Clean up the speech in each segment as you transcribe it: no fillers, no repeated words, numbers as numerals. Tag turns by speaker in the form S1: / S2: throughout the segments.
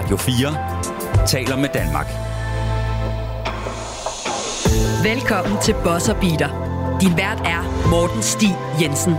S1: Radio 4 taler med Danmark.
S2: Velkommen til Buzzer Beater. Din vært er Morten Stig Jensen.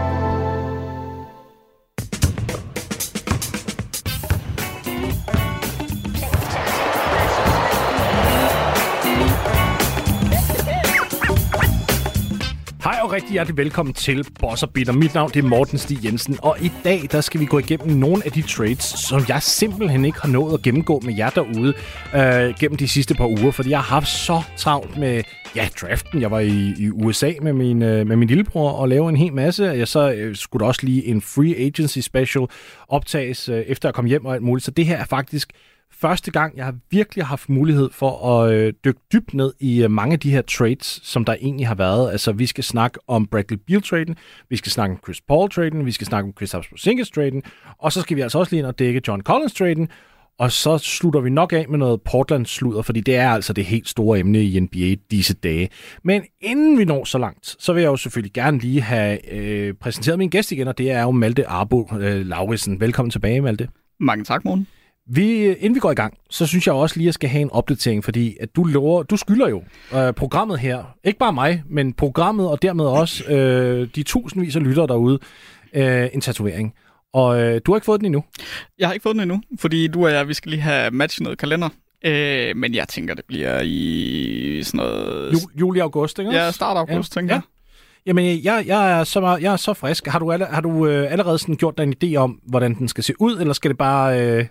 S3: Og rigtig hjertelig velkommen til Buzzer Beater. Mit navn det er Morten Stig Jensen, og i dag der skal vi gå igennem nogle af de trades, som jeg simpelthen ikke har nået at gennemgå med jer derude gennem de sidste par uger, fordi jeg har haft så travlt med draften. Jeg var i USA med min lillebror og lavede en hel masse. Jeg så skulle der også lige en free agency special optages efter at komme hjem og alt muligt. Så det her er faktisk første gang, jeg har virkelig haft mulighed for at dykke dybt ned i mange af de her trades, som der egentlig har været. Altså, vi skal snakke om Bradley Beal-traden, vi skal snakke om Chris Paul-traden, vi skal snakke om Kristaps Porzingis-traden, og så skal vi altså også lige ind og dække John Collins-traden, og så slutter vi nok af med noget Portland-sludder, fordi det er altså det helt store emne i NBA disse dage. Men inden vi når så langt, så vil jeg jo selvfølgelig gerne lige have præsenteret min gæst igen, og det er jo Malte Arbo Lauridsen. Velkommen tilbage, Malte.
S4: Mange tak, Morten.
S3: Inden vi går i gang, så synes jeg også lige, at jeg skal have en opdatering, fordi at du skylder jo programmet her, ikke bare mig, men programmet og dermed også de tusindvis af lyttere derude, en tatovering. Og du har ikke fået den endnu?
S4: Jeg har ikke fået den endnu, fordi du og jeg, vi skal lige have matchet noget kalender. Men jeg tænker, det bliver i sådan noget...
S3: Juli-august, ikke?
S4: Ja, start august, tænker jeg.
S3: Jamen, jeg er så frisk. Har du allerede sådan gjort dig en idé om, hvordan den skal se ud, eller skal det bare...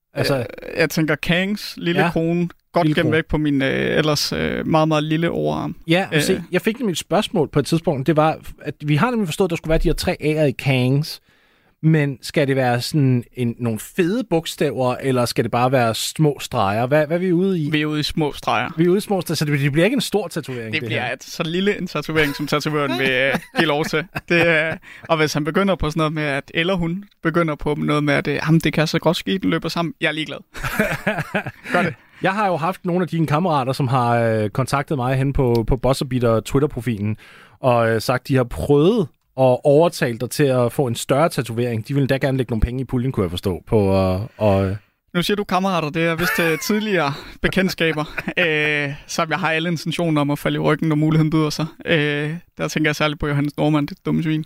S4: Jeg tænker Kangs lille krone, godt gemt væk på min ellers meget, meget lille overarm.
S3: Ja, se, jeg fik nemlig et spørgsmål på et tidspunkt. Det var, at vi har nemlig forstået, at der skulle være de her 3 A'er i Kangs. Men skal det være sådan nogle fede bogstaver, eller skal det bare være små streger? Hvad er vi ude i?
S4: Vi er ude i små streger.
S3: Vi er ude i små streger, så det bliver ikke en stor tatovering.
S4: Det bliver så lille en tatovering, som tatovøren vil give lov til. Og hvis han begynder på sådan noget med, at eller hun begynder på noget med, at det kan så godt ske, den løber sammen. Jeg er ligeglad. Gør det.
S3: Jeg har jo haft nogle af dine kammerater, som har kontaktet mig hen på Buzzer Beater Twitter-profilen, og sagt, de har prøvet og overtalt dig til at få en større tatovering. De vil da gerne lægge nogle penge i puljen, kunne jeg forstå.
S4: Nu siger du kammerater, det er vist tidligere bekendtskaber, som jeg har alle intentioner om at falde i ryggen, når muligheden byder sig. Der tænker jeg særligt på Johannes Norman, det dumme svin.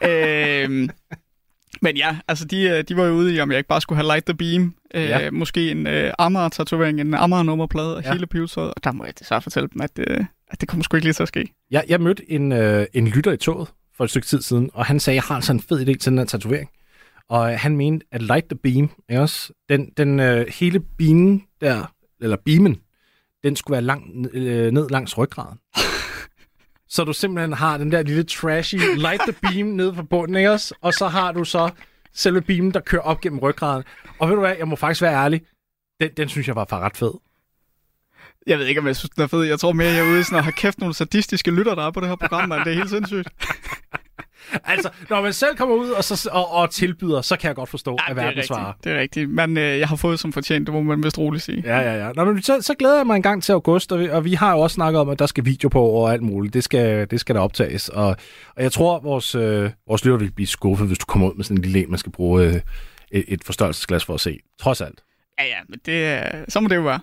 S4: Men ja, altså de var jo ude i, om jeg ikke bare skulle have Light the Beam. Måske en Amager-tatovering, en Amager-nummerplade og hele pivetøjet. Og der må jeg så fortælle dem, at det kommer sgu ikke lige til at ske.
S3: Jeg mødte en lytter i toget for et stykke tid siden, og han sagde, at jeg har sådan en fed idé til den her tatovering. Og han mente, at Light the Beam, også, den hele beamen der, eller beamen, den skulle være ned langs ryggraden. Så du simpelthen har den der lille trashy Light the Beam nede på bunden, ikke også? Og så har du så selve beamen, der kører op gennem ryggraden. Og ved du hvad, jeg må faktisk være ærlig, den synes jeg var ret fed.
S4: Jeg ved ikke, om jeg synes, den er fed. Jeg tror mere, jeg er ude i sådan at have kæft nogle sadistiske lytter, der er på det her program, man. Det er helt sindssygt.
S3: Altså, når man selv kommer ud og tilbyder, så kan jeg godt forstå, at verden svarer.
S4: Det er rigtigt. Men jeg har fået som fortjent, det må man vist roligt sige.
S3: Ja. Så glæder jeg mig en gang til august, og vi har jo også snakket om, at der skal video på og alt muligt. Det skal der optages. Og jeg tror, vores lytter vil blive skuffet, hvis du kommer ud med sådan en lille en, man skal bruge et forstørrelsesglas for at se. Trods alt.
S4: Ja, men så må det jo være.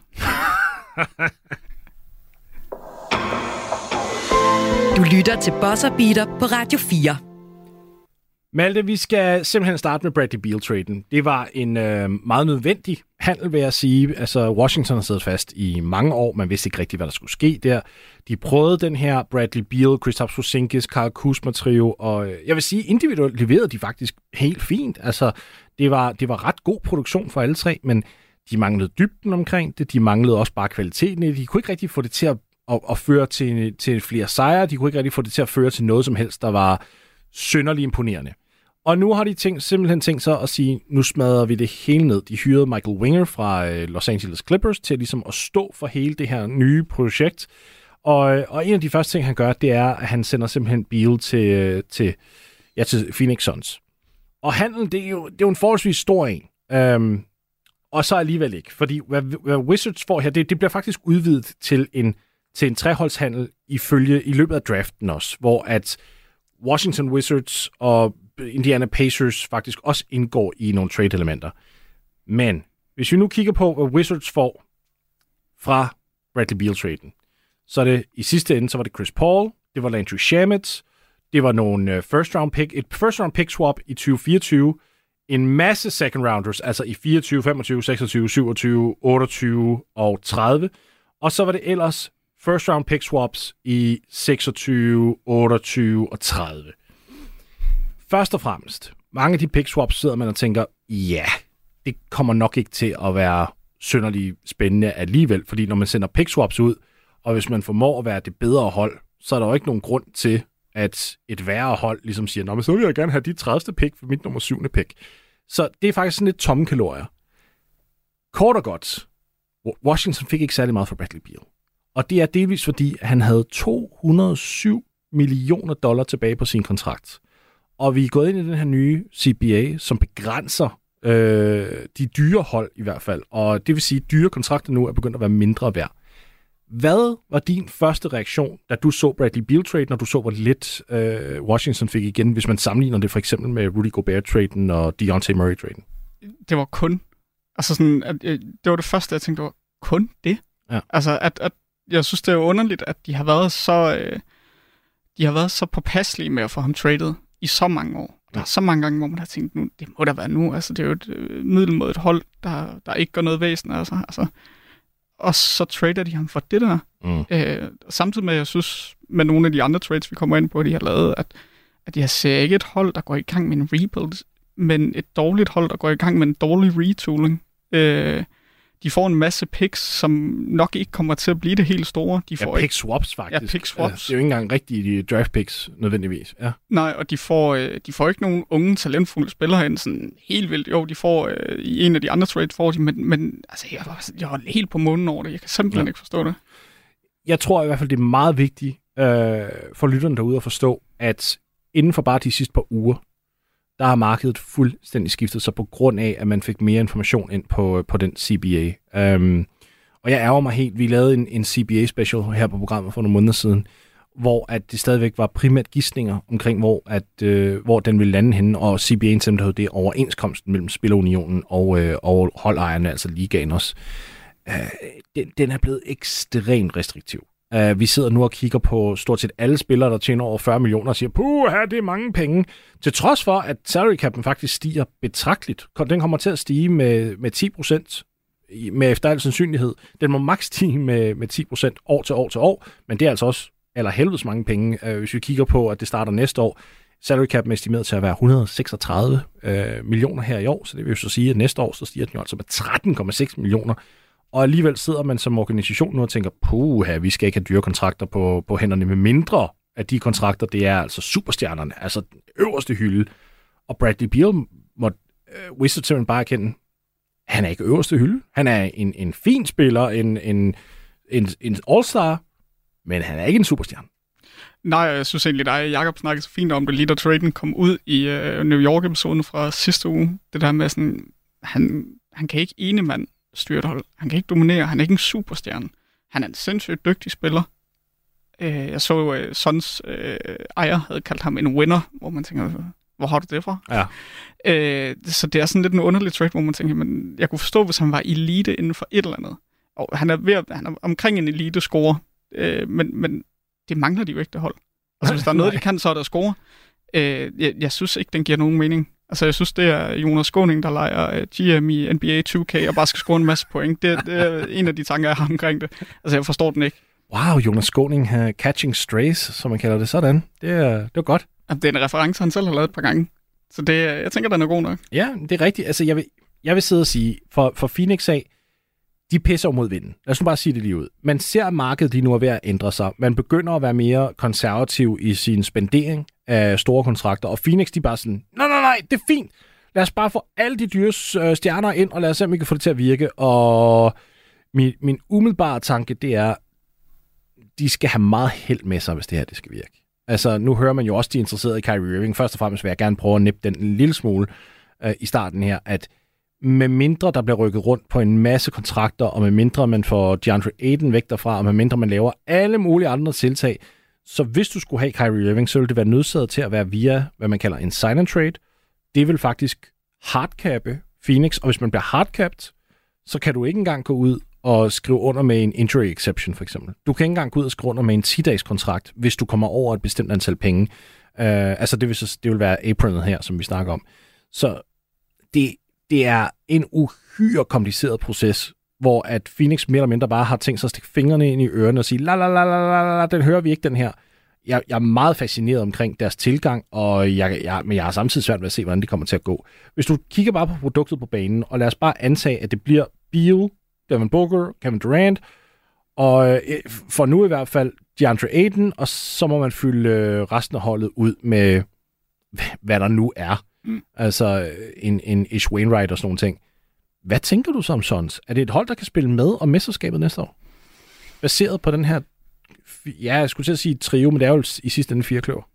S2: Du lytter til Buzzer Beater på Radio 4.
S3: Malte, vi skal simpelthen starte med Bradley Beal-traden. Det var en meget nødvendig handel, vil jeg sige. Altså, Washington har siddet fast i mange år. Man vidste ikke rigtigt, hvad der skulle ske der. De prøvede den her Bradley Beal, Kristaps Porzingis, Kyle Kuzma-trio, og jeg vil sige, individuelt leverede de faktisk helt fint. Altså, det var ret god produktion for alle 3, men de manglede dybden omkring det. De manglede også bare kvaliteten. De kunne ikke rigtig få det til at føre til flere sejre. De kunne ikke rigtig få det til at føre til noget som helst, der var synderligt imponerende. Og nu har de simpelthen tænkt sig at sige, nu smadrer vi det hele ned. De hyrede Michael Winger fra Los Angeles Clippers til ligesom at stå for hele det her nye projekt. Og en af de første ting, han gør, det er, at han sender simpelthen Beal til Phoenix Suns. Og handlen, det er jo en forholdsvis stor en. Og så alligevel ikke. Fordi hvad Wizards får her, det bliver faktisk udvidet til en treholdshandel i løbet af draften også, hvor at Washington Wizards og Indiana Pacers faktisk også indgår i nogle trade-elementer. Men Hvis vi nu kigger på, hvad Wizards får fra Bradley Beal-traden, så er det i sidste ende, så var det Chris Paul, det var Landry Shamet, det var nogle et first round pick swap i 2024, en masse second rounders, altså i 24, 25, 26, 27, 28 og 30, og så var det ellers first round pick swaps i 26, 28 og 30. Først og fremmest, mange af de pick swaps sidder man og tænker, ja, det kommer nok ikke til at være synderligt spændende alligevel, fordi når man sender pick swaps ud, og hvis man formår at være det bedre hold, så er der jo ikke nogen grund til, at et værre hold ligesom siger, nå, men så vil jeg gerne have dit 30. pick for mit nummer 7. pick. Så det er faktisk sådan lidt tomme kalorier. Kort og godt, Washington fik ikke særlig meget for Bradley Beal. Og det er delvis fordi, han havde $207 million tilbage på sin kontrakt. Og vi er gået ind i den her nye CBA, som begrænser de dyre hold i hvert fald. Og det vil sige, at dyre kontrakter nu er begyndt at være mindre værd. Hvad var din første reaktion, da du så Bradley Beal-trade, når du så, hvor lidt Washington fik igen, hvis man sammenligner det for eksempel med Rudy Gobert-traden og Dejounte Murray-traden? Det var
S4: kun. Altså sådan, det var det første, jeg tænkte, det var kun det.
S3: Ja.
S4: Altså, at jeg synes, det er underligt, at de har været så påpasselige med at få ham traded i så mange år. Der er så mange gange, hvor man har tænkt, nu, det må da være nu. Altså, det er jo et middelmådigt hold, der ikke gør noget væsen. Altså. Og så trader de ham for det der. Samtidig med, jeg synes, med nogle af de andre trades, vi kommer ind på, de har lavet, at jeg ser ikke et hold, der går i gang med en rebuild, men et dårligt hold, der går i gang med en dårlig retooling. De får en masse picks, som nok ikke kommer til at blive det helt store. De får
S3: pick swaps faktisk.
S4: Ja, pick swaps.
S3: Det er jo ikke engang rigtige draft picks, nødvendigvis. Ja.
S4: Nej, og de får ikke nogen unge, talentfulde spillere ind sådan helt vildt. Jo, de får i en af de andre trades, får de, men altså, jeg var helt på munden over det. Jeg kan simpelthen ikke forstå det.
S3: Jeg tror i hvert fald, det er meget vigtigt for lytterne derude at forstå, at inden for bare de sidste par uger, der har markedet fuldstændig skiftet sig på grund af, at man fik mere information ind på den CBA. Og jeg ærger mig helt. Vi lavede en CBA-special her på programmet for nogle måneder siden, hvor at det stadigvæk var primært gidsninger omkring, hvor den ville lande henne, og CBA'en simpelthen det overenskomsten mellem Spillerunionen og holdejerne, altså ligaen også. Den er blevet ekstremt restriktiv. Vi sidder nu og kigger på stort set alle spillere, der tjener over 40 millioner og siger, puha, det er mange penge. Til trods for, at salary cap'en faktisk stiger betragteligt. Den kommer til at stige med 10% med efter al sandsynlighed. Den må maks stige med 10% år til år, men det er altså også allerhelvedes mange penge. Hvis vi kigger på, at det starter næste år, salary cap'en er estimeret til at være 136 millioner her i år, så det vil jo så sige, at næste år så stiger den jo altså med 13,6 millioner. Og alligevel sidder man som organisation nu og tænker, puha, vi skal ikke have dyre kontrakter på hænderne, med mindre af de kontrakter, det er altså superstjernerne, altså den øverste hylde. Og Bradley Beal må Wizards simpelthen bare erkende, han er ikke øverste hylde. Han er en fin spiller, en all-star, men han er ikke en superstjerne.
S4: Nej, jeg synes egentlig, Jakob snakkede så fint om det, lige da traden kom ud i New York-episoden fra sidste uge. Det der med sådan, han kan ikke ene mand styre et hold. Han kan ikke dominere. Han er ikke en superstjerne. Han er en sindssygt dygtig spiller. Jeg så jo, Suns ejer havde kaldt ham en winner, hvor man tænker, hvor har du det fra?
S3: Ja.
S4: Så det er sådan lidt en underlig trade, hvor man tænker, men jeg kunne forstå, hvis han var elite inden for et eller andet. Og han er omkring en elite-scorer, men det mangler de jo ikke, det hold. Altså, hvis der er noget, de kan, så er der score. Jeg synes ikke, den giver nogen mening. Altså, jeg synes, det er Jonas Skåning, der leger GM i NBA 2K og bare skal score en masse point. Det er en af de tanker, jeg har omkring det. Altså, jeg forstår den ikke.
S3: Wow, Jonas Skåning har catching strays, som man kalder det sådan. Det var godt.
S4: Det er en reference, han selv har lavet et par gange. Så jeg tænker, den er god nok.
S3: Ja, det er rigtigt. Altså, jeg vil sidde og sige, for Phoenix af, de pisser mod vinden. Lad os nu bare sige det lige ud. Man ser, at markedet lige nu er ved at ændre sig. Man begynder at være mere konservativ i sin spendering af store kontrakter. Og Phoenix, de er bare sådan, nej, det er fint. Lad os bare få alle de dyre stjerner ind, og lad os se, om vi kan få det til at virke. Og min umiddelbare tanke, det er, de skal have meget held med sig, hvis det her det skal virke. Altså, nu hører man jo også, de er interesserede i Kyrie Irving. Først og fremmest vil jeg gerne prøve at nippe den en lille smule i starten her, at med mindre der bliver rykket rundt på en masse kontrakter, og med mindre man får DeAndre Ayton væk derfra, og med mindre man laver alle mulige andre tiltag, så hvis du skulle have Kyrie Irving, så ville det være nødsaget til at være via, hvad man kalder en sign and trade. Det vil faktisk hardcappe Phoenix, og hvis man bliver hardcapped, så kan du ikke engang gå ud og skrive under med en injury exception, for eksempel. Du kan ikke engang gå ud og skrive under med en 10-dages kontrakt, hvis du kommer over et bestemt antal penge. Det vil være apronet her, som vi snakker om. Så det er en uhyre kompliceret proces, hvor at Phoenix mere eller mindre bare har tænkt sig at stikke fingrene ind i ørerne og sige, la, den hører vi ikke, den her. Jeg er meget fascineret omkring deres tilgang, men jeg har samtidig svært ved at se, hvordan det kommer til at gå. Hvis du kigger bare på produktet på banen, og lad os bare antage, at det bliver Beal, Devin Booker, Kevin Durant, og for nu i hvert fald DeAndre Ayton, og så må man fylde resten af holdet ud med, hvad der nu er. Altså en Ish Wainwright og sådan nogle ting. Hvad tænker du så om Suns? Er det et hold, der kan spille med om mesterskabet næste år? Baseret på den her, jeg skulle til at sige trio, men det er jo i sidste ende 4 kløver.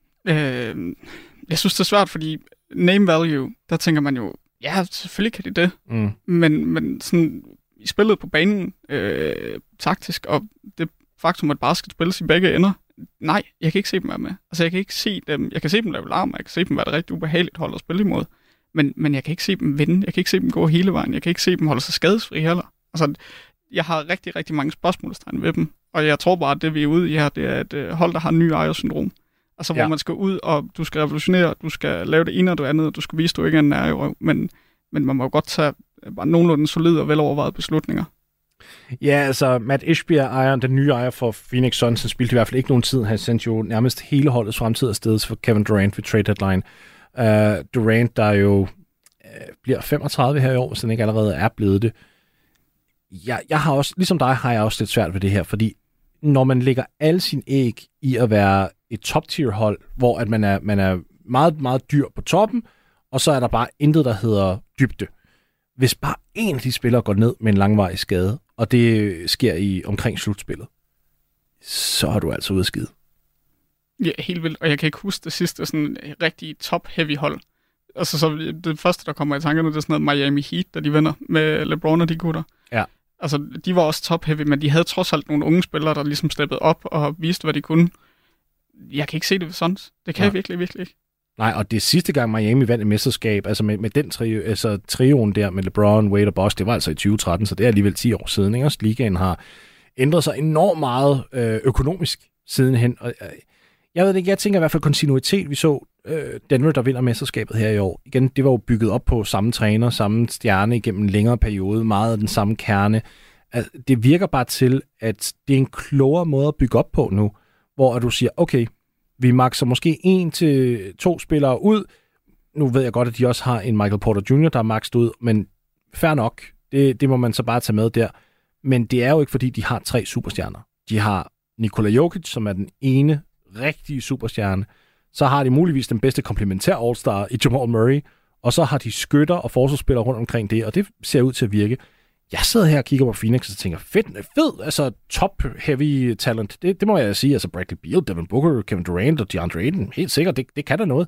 S4: Jeg synes, det er svært, fordi name value, der tænker man jo, ja, selvfølgelig kan de det. Men sådan i spillet på banen, taktisk, og det faktum, at basket spilles i begge ender, nej, jeg kan ikke se dem være med. Altså, jeg kan ikke se dem, jeg kan se dem lave larm, jeg kan se dem være et rigtig ubehageligt hold at spille imod, men jeg kan ikke se dem vinde, jeg kan ikke se dem gå hele vejen, jeg kan ikke se dem holde sig skadesfri heller. Altså, jeg har rigtig, rigtig mange spørgsmålstegn ved dem, og jeg tror bare, at det vi er ude i her, det er et hold, der har ny ejersyndrom. Altså, hvor man skal ud, og du skal revolutionere, du skal lave det ene og det andet, og du skal vise, at du ikke er en nærrøv, men man må jo godt tage bare nogenlunde solide og velovervejede beslutninger.
S3: Ja, altså Matt Ishbia, ejeren, den nye ejer for Phoenix Suns, han spilte i hvert fald ikke nogen tid. Han sendte jo nærmest hele holdets fremtid afsted for Kevin Durant ved trade deadline. Durant, der jo bliver 35 her i år, hvis han ikke allerede er blevet det. Jeg har også, ligesom dig, har jeg også lidt svært ved det her, fordi når man lægger alle sine æg i at være et top-tier hold, hvor at man er meget, meget dyr på toppen, og så er der bare intet, der hedder dybde. Hvis bare en af de spillere går ned med en langvarig skade, og det sker omkring slutspillet, så er du altså ude at skide.
S4: Ja, helt vildt. Og jeg kan ikke huske det sidste sådan rigtig top-heavy hold. Altså, så det første, der kommer i tankerne, det er sådan noget Miami Heat, da de vinder med LeBron og de gutter.
S3: Ja.
S4: Altså, de var også top-heavy, men de havde trods alt nogle unge spillere, der ligesom steppede op og viste, hvad de kunne. Jeg kan ikke se det ved Suns. Det kan jeg virkelig, virkelig ikke.
S3: Nej, og det sidste gang Miami vandt et mesterskab, altså med den trioen der med LeBron, Wade og Bosh, det var altså i 2013, så det er alligevel 10 år siden. Ikke? Også ligaen har ændret sig enormt meget økonomisk sidenhen. Og, jeg ved ikke, jeg tænker i hvert fald kontinuitet. Vi så Denver, der vinder mesterskabet her i år. Igen, det var jo bygget op på samme træner, samme stjerne igennem en længere periode, meget af den samme kerne. Altså, det virker bare til, at det er en klogere måde at bygge op på nu, hvor du siger, okay, vi makser måske 1 til 2 spillere ud. Nu ved jeg godt, at de også har en Michael Porter Jr., der er makset ud, men fair nok. Det må man så bare tage med der. Men det er jo ikke, fordi de har 3 superstjerner. De har Nikola Jokic, som er den ene rigtige superstjerne. Så har de muligvis den bedste komplementær all-star i Jamal Murray. Og så har de skytter og forsvarsspillere rundt omkring det, og det ser ud til at virke. Jeg sidder her og kigger på Phoenix og tænker, fed, altså top-heavy talent. Det må jeg sige, altså Bradley Beal, Devin Booker, Kevin Durant og DeAndre Ayton, helt sikkert, det kan da noget.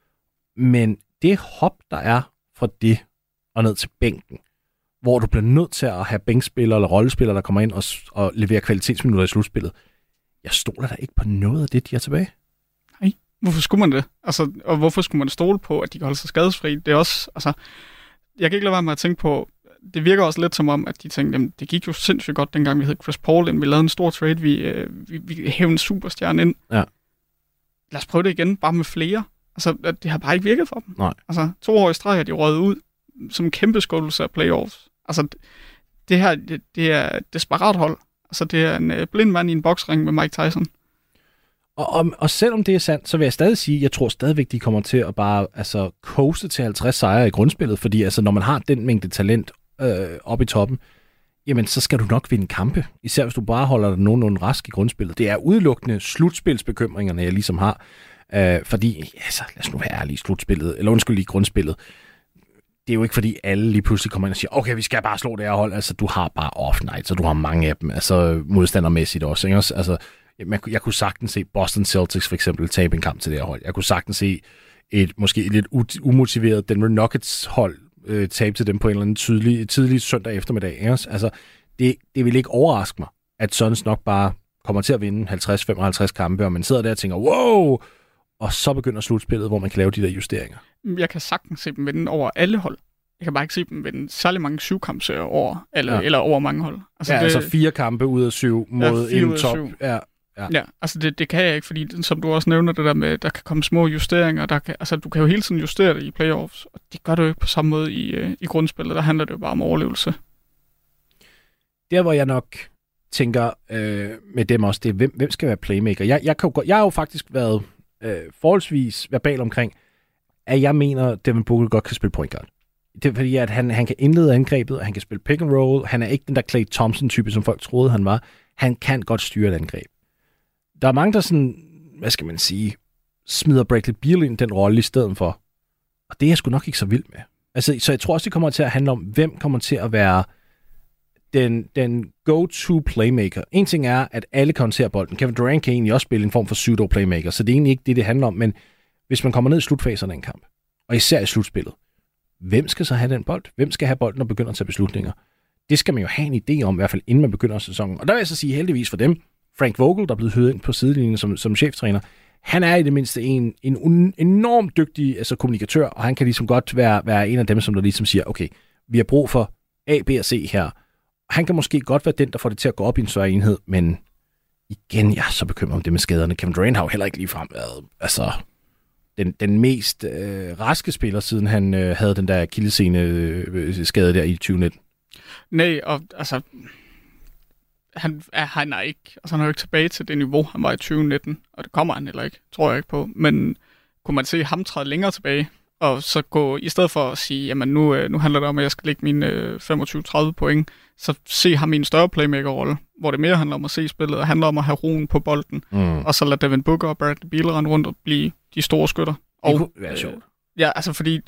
S3: Men det hop, der er fra det og ned til bænken, hvor du bliver nødt til at have bænkspillere eller rollespillere, der kommer ind og leverer kvalitetsminutter i slutspillet. Jeg stoler da ikke på noget af det, de er tilbage.
S4: Nej, hvorfor skulle man det? Altså, og hvorfor skulle man stole på, at de kan holde sig skadesfri? Det er også, altså, jeg kan ikke lade være med at tænke på, det virker også lidt som om, at de tænkte, jamen, det gik jo sindssygt godt, dengang vi hed Chris Paul, inden vi lavede en stor trade, vi hævde en superstjerne ind.
S3: Ja.
S4: Lad os prøve det igen, bare med flere. Altså, det har bare ikke virket for dem.
S3: Nej.
S4: Altså, 2 år i streg er de røget ud som en kæmpe skuffelse af playoffs. Altså, det her, det er et desperat hold. Altså, det er en blind mand i en boksring med Mike Tyson.
S3: Og selvom det er sandt, så vil jeg stadig sige, jeg tror stadigvæk, de kommer til at bare coaste til 50 sejre i grundspillet, fordi altså, når man har den mængde talent oppe i toppen, jamen så skal du nok vinde kampe, især hvis du bare holder dig nogenlunde rask i grundspillet. Det er udelukkende slutspilsbekymringerne, jeg ligesom har, fordi, altså lad os nu være ærlige, i grundspillet, det er jo ikke fordi alle lige pludselig kommer ind og siger, okay, vi skal bare slå det her hold, altså du har bare off-night, så du har mange af dem, altså modstandermæssigt også, ikke? Altså, jeg kunne sagtens se Boston Celtics for eksempel tabe en kamp til det her hold. Jeg kunne sagtens se måske et lidt umotiveret Denver Nuggets hold tabe til dem på en eller anden tidlig søndag eftermiddag. Ikke? Altså, det vil ikke overraske mig, at Suns nok bare kommer til at vinde 50-55 kampe, og man sidder der og tænker, wow, og så begynder slutspillet, hvor man kan lave de der justeringer.
S4: Jeg kan sagtens se dem vinde over alle hold. jeg kan bare ikke se dem vinde særlig mange 7-kampserier over, eller over mange hold.
S3: Altså, altså 4 kampe ud af 7 mod en top. Ja,
S4: altså det kan jeg ikke, fordi som du også nævner det der med, der kan komme små justeringer, du kan jo hele tiden justere det i playoffs, og det gør du jo ikke på samme måde i grundspillet, der handler det jo bare om overlevelse.
S3: Der hvor jeg nok tænker med dem også, det er, hvem skal være playmaker? Jeg har jo faktisk været forholdsvis verbal omkring, at jeg mener, at Devin Booker godt kan spille point guard. Det er fordi, at han kan indlede angrebet, og han kan spille pick and roll. Han er ikke den der Klay Thompson-type, som folk troede, han var. Han kan godt styre et angreb. Der er mange, der sådan, hvad skal man sige, smider Bradley Beal ind den rolle i stedet for. Og det er jeg sgu nok ikke så vild med. Altså, så jeg tror også, det kommer til at handle om, hvem kommer til at være den go-to playmaker. En ting er, at alle kan håndtere bolden. Kevin Durant kan egentlig også spille en form for pseudo-playmaker, så det er egentlig ikke det handler om. Men hvis man kommer ned i slutfaserne af en kamp, og især i slutspillet, hvem skal så have den bold? Hvem skal have bolden og begynde at tage beslutninger? Det skal man jo have en idé om, i hvert fald inden man begynder sæsonen. Og der vil jeg så sige heldigvis for dem, Frank Vogel, der er blevet hyret ind på sidelinjen som cheftræner, han er i det mindste en enormt dygtig kommunikatør, og han kan ligesom godt være en af dem, som der ligesom siger, okay, vi har brug for A, B og C her. Han kan måske godt være den, der får det til at gå op i en større enhed, men igen, jeg er så bekymret om det med skaderne. Kevin Durant har jo heller ikke ligefrem været den mest raske spiller, siden han havde den der akillessene skade der i 2019.
S4: Nej, og altså han er ikke, altså han er jo ikke tilbage til det niveau, han var i 2019, og det kommer han heller ikke, tror jeg ikke på. Men kunne man se ham træde længere tilbage, og så gå, i stedet for at sige, jamen nu handler det om, at jeg skal lægge mine 25-30 point, så se ham i en større playmaker-rolle, hvor det mere handler om at se spillet, og handler om at have roen på bolden, og så lade Devin Booker og Bradley Beal rende rundt og blive de store skytter.
S3: Det kunne være sjovt.
S4: Ja, altså fordi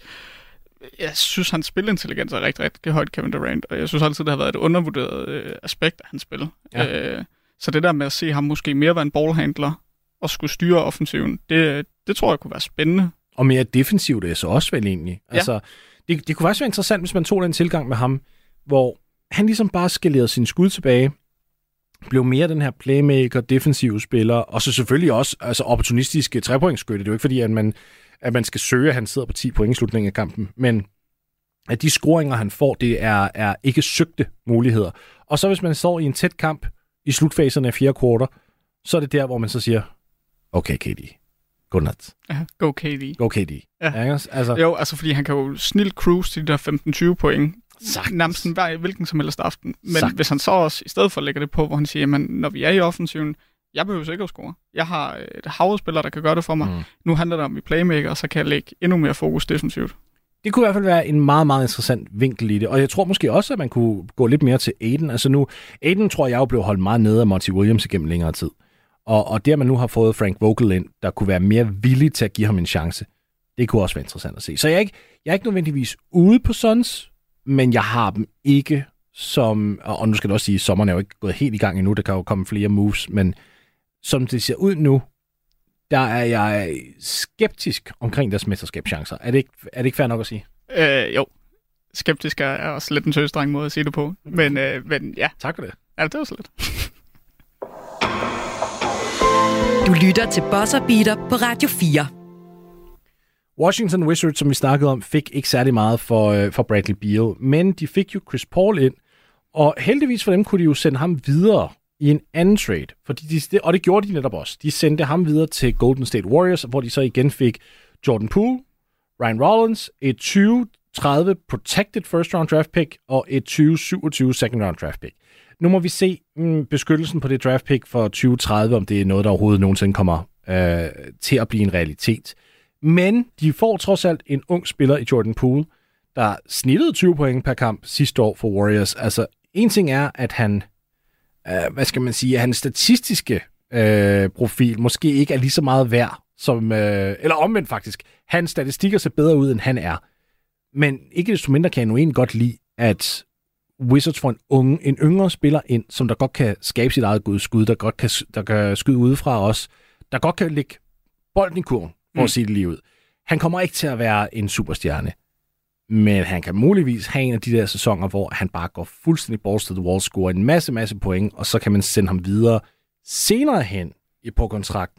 S4: jeg synes, hans spilintelligens er rigtig, rigtig højt, Kevin Durant, og jeg synes altid, det har været et undervurderet aspekt af hans spil. Ja. Så det der med at se ham måske mere være en ballhandler og skulle styre offensiven, det tror jeg kunne være spændende.
S3: Og mere defensivt er så også vel egentlig. Ja. Altså, det kunne faktisk være interessant, hvis man tog den tilgang med ham, hvor han ligesom bare skalerede sin skud tilbage, blev mere den her playmaker, defensive spiller, og så selvfølgelig også opportunistiske trepointsskytte. Det er jo ikke fordi, at man skal søge, at han sidder på 10 point i slutningen af kampen, men at de scoringer, han får, det er ikke søgte muligheder. Og så hvis man står i en tæt kamp i slutfaserne af 4. kvartal, så er det der, hvor man så siger, okay, KD, godnat.
S4: Ja, go KD.
S3: Go KD.
S4: Ja. Altså, jo, altså fordi han kan jo snilt cruise til de der 15-20 point, nærmest hvilken som helst aften. Men hvis han så også, i stedet for lægger det på, hvor han siger, jamen, når vi er i offensiven, jeg behøver ikke at score. Jeg har et hav af spillere, der kan gøre det for mig. Nu handler det om i playmaker, og så kan jeg lægge endnu mere fokus defensivt.
S3: Det kunne i hvert fald være en meget, meget interessant vinkel i det. Og jeg tror måske også, at man kunne gå lidt mere til Aiden. Altså nu, Aiden tror jeg jo blev holdt meget nede af Monty Williams igennem længere tid. Og det, at man nu har fået Frank Vogel ind, der kunne være mere villig til at give ham en chance, det kunne også være interessant at se. Så jeg er ikke nødvendigvis ude på Suns, men jeg har dem ikke som... Og nu skal det også sige, at sommeren er jo ikke gået helt i gang endnu. Der kan jo komme flere moves, men som det ser ud nu, der er jeg skeptisk omkring deres mesterskabschancer. Er det ikke fair nok at sige?
S4: Jo. Skeptisk er også lidt en tøsdreng måde at sige det på. Men ja.
S3: Tak for det.
S4: Ja, det var så lidt.
S2: Du lytter til Buzzer Beater på Radio 4.
S3: Washington Wizards, som vi snakkede om, fik ikke særlig meget for Bradley Beal, men de fik jo Chris Paul ind, og heldigvis for dem kunne de jo sende ham videre i en anden trade, og det gjorde de netop også. De sendte ham videre til Golden State Warriors, hvor de så igen fik Jordan Poole, Ryan Rollins, et 2030 protected first round draft pick og et 2027 second round draft pick. Nu må vi se beskyttelsen på det draft pick for 2030, om det er noget, der overhovedet nogensinde kommer til at blive en realitet. Men de får trods alt en ung spiller i Jordan Poole, der snittede 20 point per kamp sidste år for Warriors. Altså, en ting er, at han, hans statistiske profil måske ikke er lige så meget værd, som, eller omvendt faktisk. Hans statistikker ser bedre ud, end han er. Men ikke desto mindre kan jeg nu egentlig godt lide, at Wizards får en yngre spiller ind, som der godt kan skabe sit eget gudskud, der kan skyde udefra os, der godt kan lægge bolden i kurven, for at sige det lige ud. Han kommer ikke til at være en superstjerne, men han kan muligvis have en af de der sæsoner, hvor han bare går fuldstændig balls to the wall, scorer en masse point, og så kan man sende ham videre senere hen på kontrakten,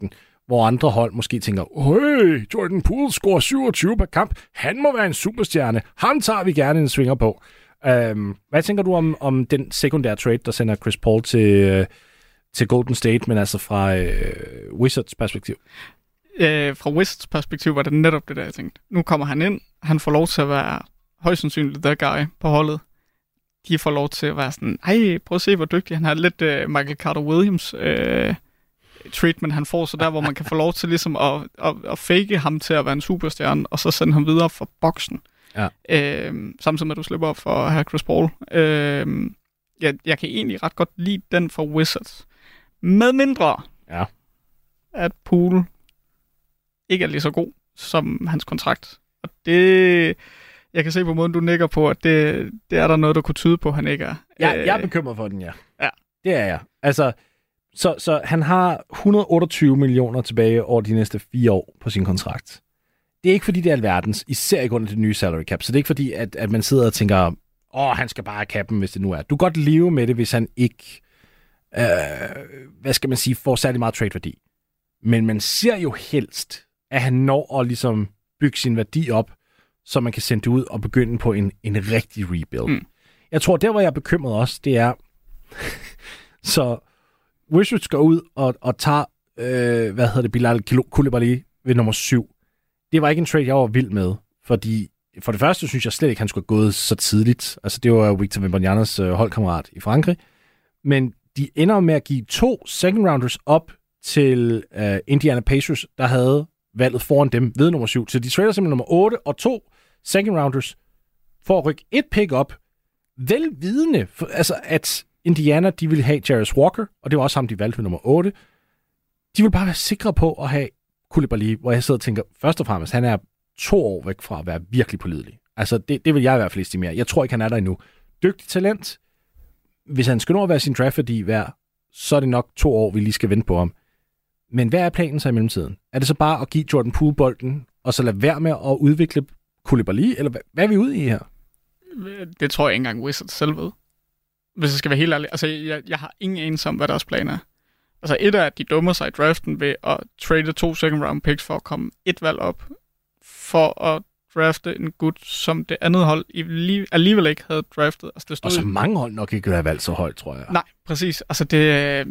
S3: hvor andre hold måske tænker, hey, Jordan Poole scorer 27 per kamp, han må være en superstjerne, ham tager vi gerne en swinger på. Hvad tænker du om den sekundære trade, der sender Chris Paul til Golden State, men altså fra Wizards perspektiv?
S4: Fra Wizards perspektiv var det netop det, der jeg tænkte. Nu kommer han ind, han får lov til at være højst sandsynligt the guy på holdet. De får lov til at være sådan, prøv at se, hvor dygtig han har. Lidt Michael Carter Williams treatment, han får, så der, hvor man kan få lov til ligesom at fake ham til at være en superstjerne, og så sende ham videre fra boksen. Ja. Samtidig med, at du slipper op for at have Chris Paul. Jeg kan egentlig ret godt lide den for Wizards. Med mindre, at Poole ikke er lige så god som hans kontrakt. Og det... Jeg kan se på måden, du nikker på, at det er der noget, der kunne tyde på, at han ikke er.
S3: Jeg er bekymret for den, ja. Det er jeg. Altså, så han har 128 millioner tilbage over de næste 4 år på sin kontrakt. Det er ikke, fordi det er alverdens, især ikke under det nye salary cap. Så det er ikke, fordi at man sidder og tænker, han skal bare have cappen, hvis det nu er. Du kan godt leve med det, hvis han ikke, får særlig meget trade-værdi. Men man ser jo helst, at han når at ligesom bygge sin værdi op, så man kan sende det ud og begynde på en rigtig rebuild. Jeg tror, der hvor jeg er bekymret også, det er, så Wizards går ud og tager, Bilal Coulibaly ved nummer 7. Det var ikke en trade, jeg var vild med, fordi for det første synes jeg slet ikke, han skulle have gået så tidligt. Altså det var Victor Wembanyama's holdkammerat i Frankrig. Men de ender med at give 2 second rounders op til Indiana Pacers, der havde valget foran dem ved nummer 7. Så de trader simpelthen nummer 8 og 2 second rounders for at rykke et pick op, velvidende, at Indiana, de ville have Jarvis Walker, og det var også ham, de valgte ved nummer 8. De ville bare være sikre på at have Coulibaly, hvor jeg sidder og tænker, først og fremmest, han er 2 år væk fra at være virkelig pålidelig. Altså, det vil jeg i hvert fald estimere. Jeg tror ikke, han er der endnu. Dygtig talent. Hvis han skal nå at være sin draft-værdi værd, så er det nok 2 år, vi lige skal vente på ham. Men hvad er planen så i mellemtiden? Er det så bare at give Jordan Poole bolden, og så lade være med at udvikle Coulibaly, eller hvad er vi ude i her?
S4: Det tror jeg ikke engang Wizards selv ved. Hvis jeg skal være helt ærlig. Altså, jeg har ingen anelse om, hvad deres planer er. Altså, et er, at de dummer sig i draften ved at trade 2 second round picks for at komme et valg op, for at drafte en gut, som det andet hold alligevel ikke havde draftet. Altså, det stod
S3: og så mange hold nok ikke havde valgt så højt, tror jeg.
S4: Nej, præcis. Altså, det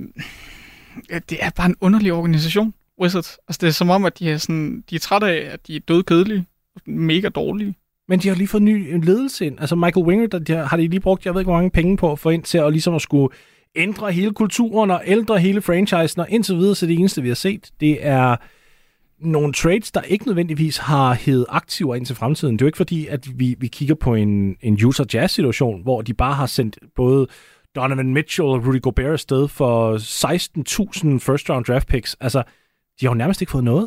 S4: er bare en underlig organisation, Wizards. Altså, det er som om, at de er trætte af, at de er dødkedelige, mega dårlige.
S3: Men de har lige fået ny ledelse ind. Altså Michael Winger, har de lige brugt, jeg ved ikke hvor mange penge på, for ind til at ligesom at skulle ændre hele kulturen og ændre hele franchisen og indtil videre, så det eneste, vi har set, det er nogle trades, der ikke nødvendigvis har heddet aktiver ind til fremtiden. Det er jo ikke fordi, at vi kigger på en Utah Jazz-situation, hvor de bare har sendt både Donovan Mitchell og Rudy Gobert afsted for 16.000 first-round draft picks. Altså, de har jo nærmest ikke fået noget.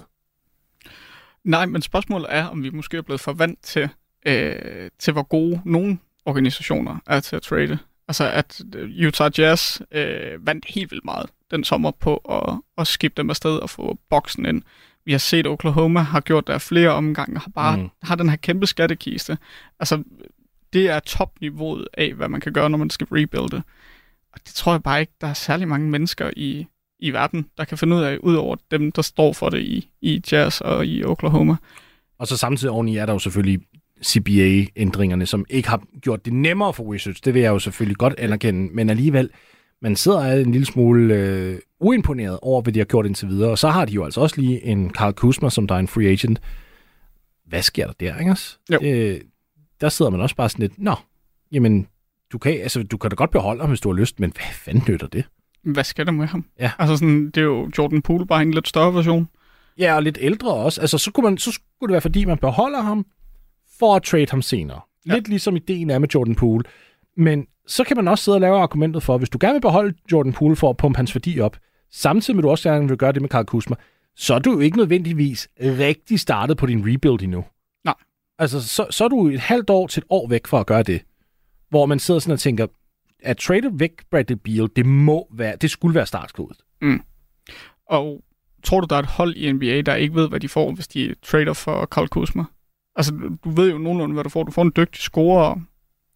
S4: Nej, men spørgsmålet er, om vi måske er blevet for vant til hvor gode nogle organisationer er til at trade. Altså, at Utah Jazz vandt helt vildt meget den sommer på at skippe dem afsted og få boksen ind. Vi har set, Oklahoma har gjort der flere omgange, har den her kæmpe skattekiste. Altså, det er topniveauet af, hvad man kan gøre, når man skal rebuilde. Og det tror jeg bare ikke, der er særlig mange mennesker i verden, der kan finde ud af, udover dem, der står for det i Jazz og i Oklahoma. Og
S3: så samtidig oveni er der jo selvfølgelig CBA-ændringerne, som ikke har gjort det nemmere for Wizards. Det vil jeg jo selvfølgelig godt anerkende, men alligevel, man sidder og er en lille smule uimponeret over, hvad de har gjort indtil videre. Og så har de jo altså også lige en Kyle Kuzma, som der er en free agent. Hvad sker der der, ikke? Der sidder man også bare sådan lidt, jamen, du kan da godt beholde ham, hvis du har lyst, men hvad fanden nytter det?
S4: Hvad skal der med ham? Ja. Altså sådan, det er jo Jordan Poole, bare en lidt større version.
S3: Ja, og lidt ældre også. Altså, så skulle det være, fordi man beholder ham, for at trade ham senere. Ja. Lidt ligesom ideen er med Jordan Poole. Men så kan man også sidde og lave argumentet for, hvis du gerne vil beholde Jordan Poole for at pumpe hans værdi op, samtidig med du også gerne vil gøre det med Kyle Kuzma, så er du jo ikke nødvendigvis rigtig startet på din rebuild endnu.
S4: Nej.
S3: Altså, så er du et halvt år til et år væk for at gøre det. Hvor man sidder sådan og tænker, at trade væk Bradley Beal, det skulle være startskuddet.
S4: Mm. Og tror du, der er et hold i NBA, der ikke ved, hvad de får, hvis de trader for Kyle Kuzma? Altså, du ved jo nogenlunde, hvad du får. Du får en dygtig scorer.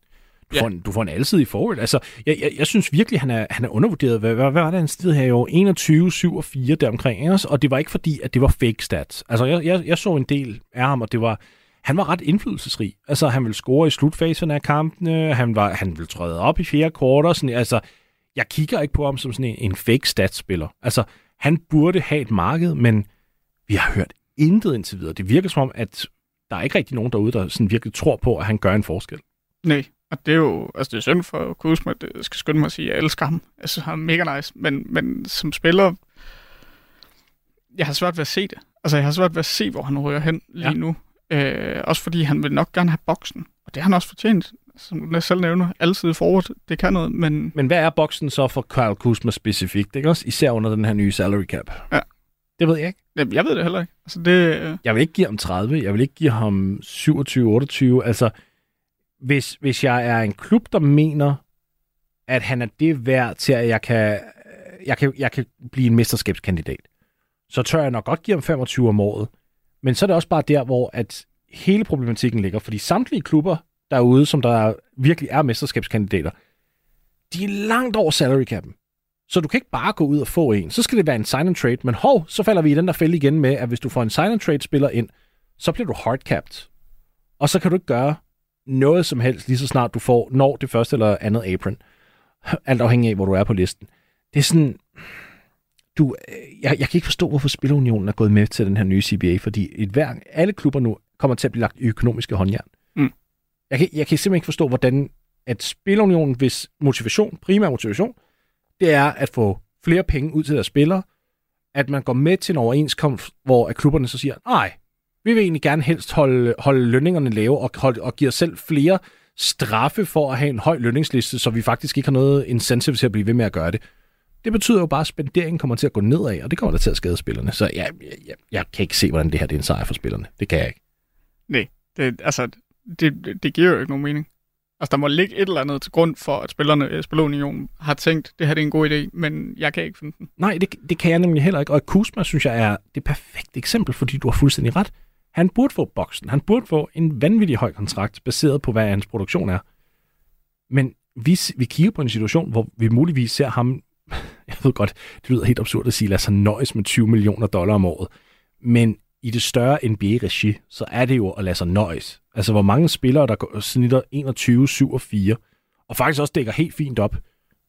S3: Du får en alsidig forward. Altså, jeg synes virkelig, han er undervurderet. Hvad var det, han stod her i år? 21, 7 og 4 deromkring. Ikke? Og det var ikke fordi, at det var fake stats. Altså, jeg så en del af ham, og han var ret indflydelsesrig. Altså, han ville score i slutfasen af kampene. Han ville træde op i 4. kvarter. Sådan, altså, jeg kigger ikke på ham som sådan en fake stats-spiller. Altså, han burde have et marked, men vi har hørt intet indtil videre. Det virker som om, at der er ikke rigtig nogen derude, der sådan virkelig tror på, at han gør en forskel.
S4: Nej, og det er jo, altså det er synd for Kuzma, det skal skynde mig at sige, jeg elsker ham. Altså han er mega nice, men som spiller, jeg har svært ved at se det. Altså jeg har svært ved at se, hvor han ryger hen lige nu. Også fordi han vil nok gerne have boksen, og det har han også fortjent. Som jeg selv nævner, altid forward, det kan noget, men... Men
S3: hvad er boksen så for Kyle Kuzma specifikt? Det er også især under den her nye salary cap.
S4: Ja.
S3: Det ved jeg ikke.
S4: Jamen, jeg ved det heller ikke. Altså, det...
S3: Jeg vil ikke give ham 30, jeg vil ikke give ham 27-28. Altså, hvis jeg er en klub, der mener, at han er det værd til, at jeg kan blive en mesterskabskandidat, så tør jeg nok godt give ham 25 om året. Men så er det også bare der, hvor at hele problematikken ligger. Fordi samtlige klubber derude, som der virkelig er mesterskabskandidater, de er langt over salary cap'en. Så du kan ikke bare gå ud og få en. Så skal det være en sign and trade. Men så falder vi i den der fælde igen med, at hvis du får en sign and trade spiller ind, så bliver du hardcapped. Og så kan du ikke gøre noget som helst, lige så snart du når det første eller andet apron. Alt afhængig af, hvor du er på listen. Det er sådan... Jeg kan ikke forstå, hvorfor Spilunionen er gået med til den her nye CBA, fordi alle klubber nu kommer til at blive lagt i økonomiske håndjern. Mm. Jeg kan simpelthen ikke forstå, hvordan at Spilunionen, hvis primær motivation, det er at få flere penge ud til deres spillere, at man går med til en overenskomst, hvor klubberne så siger, nej, vi vil egentlig gerne helst holde lønningerne lave og give os selv flere straffe for at have en høj lønningsliste, så vi faktisk ikke har noget incentive til at blive ved med at gøre det. Det betyder jo bare, at spenderingen kommer til at gå nedad, og det kommer der til at skade spillerne. Så jeg kan ikke se, hvordan det her det er en sejr for spillerne. Det kan jeg ikke.
S4: Nej, det giver jo ikke nogen mening. Altså, der må ligge et eller andet til grund for, at Spilunionen har tænkt, det her det er en god idé, men jeg kan ikke finde den. Nej,
S3: det kan jeg nemlig heller ikke. Og Kuzma, synes jeg, er det perfekte eksempel, fordi du har fuldstændig ret. Han burde få boksen. Han burde få en vanvittig høj kontrakt, baseret på, hvad hans produktion er. Men vi kigger på en situation, hvor vi muligvis ser ham, jeg ved godt, det lyder helt absurd at sige, lad sig nøjes med $20 million om året. Men i det større NBA-regi, så er det jo at lade sig nøjes. Altså, hvor mange spillere, der snitter 21, 7 og 4, og faktisk også dækker helt fint op,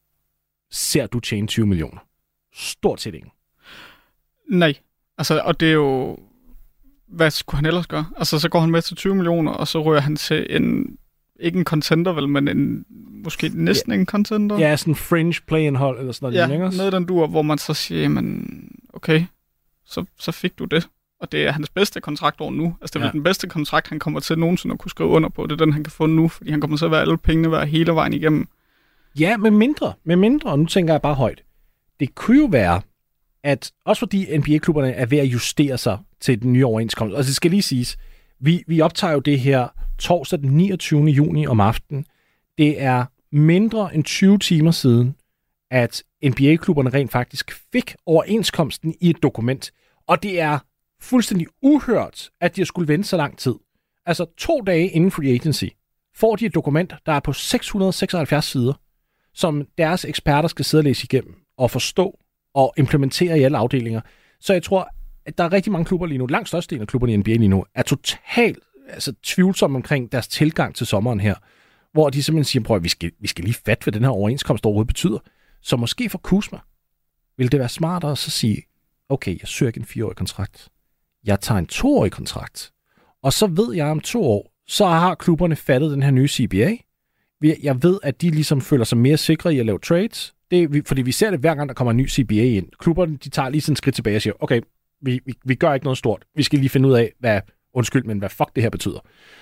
S3: ser du tjene 20 millioner? Stort set ingen.
S4: Nej. Altså, og det er jo... Hvad skulle han ellers gøre? Altså, så går han med til 20 millioner, og så rører han til ikke en contender, vel, men måske næsten en contender.
S3: Ja, sådan en fringe play-in-hold, eller sådan noget.
S4: Ja, noget den dur, hvor man så siger, jamen, okay, så fik du det. Og det er hans bedste kontraktår nu. Altså, det er den bedste kontrakt, han kommer til nogensinde at kunne skrive under på. Det er den, han kan få nu, fordi han kommer til at være alle pengene værd hele vejen igennem.
S3: Ja, med mindre, og nu tænker jeg bare højt. Det kunne jo være, at også fordi NBA-klubberne er ved at justere sig til den nye overenskomst, og det skal lige siges, vi optager jo det her torsdag den 29. juni om aftenen. Det er mindre end 20 timer siden, at NBA-klubberne rent faktisk fik overenskomsten i et dokument, og det er fuldstændig uhørt, at de skulle vente så lang tid. Altså 2 dage inden free agency får de et dokument, der er på 676 sider, som deres eksperter skal sidde og læse igennem og forstå og implementere i alle afdelinger. Så jeg tror, at der er rigtig mange klubber lige nu, langt størstedelen af klubberne i NBA lige nu, er totalt tvivlsomme omkring deres tilgang til sommeren her, hvor de simpelthen siger, prøv at vi skal lige fatte, hvad den her overenskomst overhovedet betyder. Så måske for Kuzma vil det være smartere at så sige, okay, jeg søger ikke en 4-årig kontrakt. Jeg tager en 2-årig kontrakt. Og så ved jeg om 2 år, så har klubberne fattet den her nye CBA. Jeg ved, at de ligesom føler sig mere sikre i at lave trades. Fordi vi ser det hver gang, der kommer en ny CBA ind. Klubberne, de tager lige sådan et skridt tilbage og siger, okay, vi gør ikke noget stort. Vi skal lige finde ud af, hvad fuck det her betyder.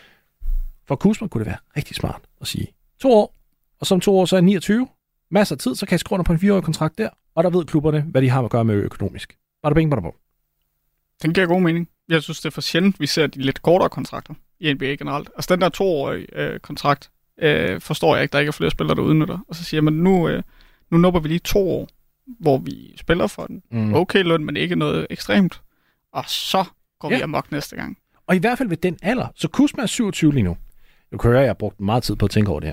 S3: For Kuzma kunne det være rigtig smart at sige 2 år, og som 2 år så er 29. Masser af tid, så kan jeg skrive under på en 4-årig kontrakt der, og der ved klubberne, hvad de har at gøre med økonomisk. Var der penge på der på?
S4: Den giver god mening. Jeg synes, det er for sjældent, vi ser de lidt kortere kontrakter i NBA generelt. Altså den der 2-årige kontrakt, forstår jeg ikke, der ikke er flere spillere, der udnytter. Og så siger man, nu nupper vi lige 2 år, hvor vi spiller for den. Okay løn, men ikke noget ekstremt. Og så går vi amok næste gang.
S3: Og i hvert fald ved den alder. Så Kuzma er 27 lige nu. Nu kan jeg har brugt meget tid på at tænke over det her.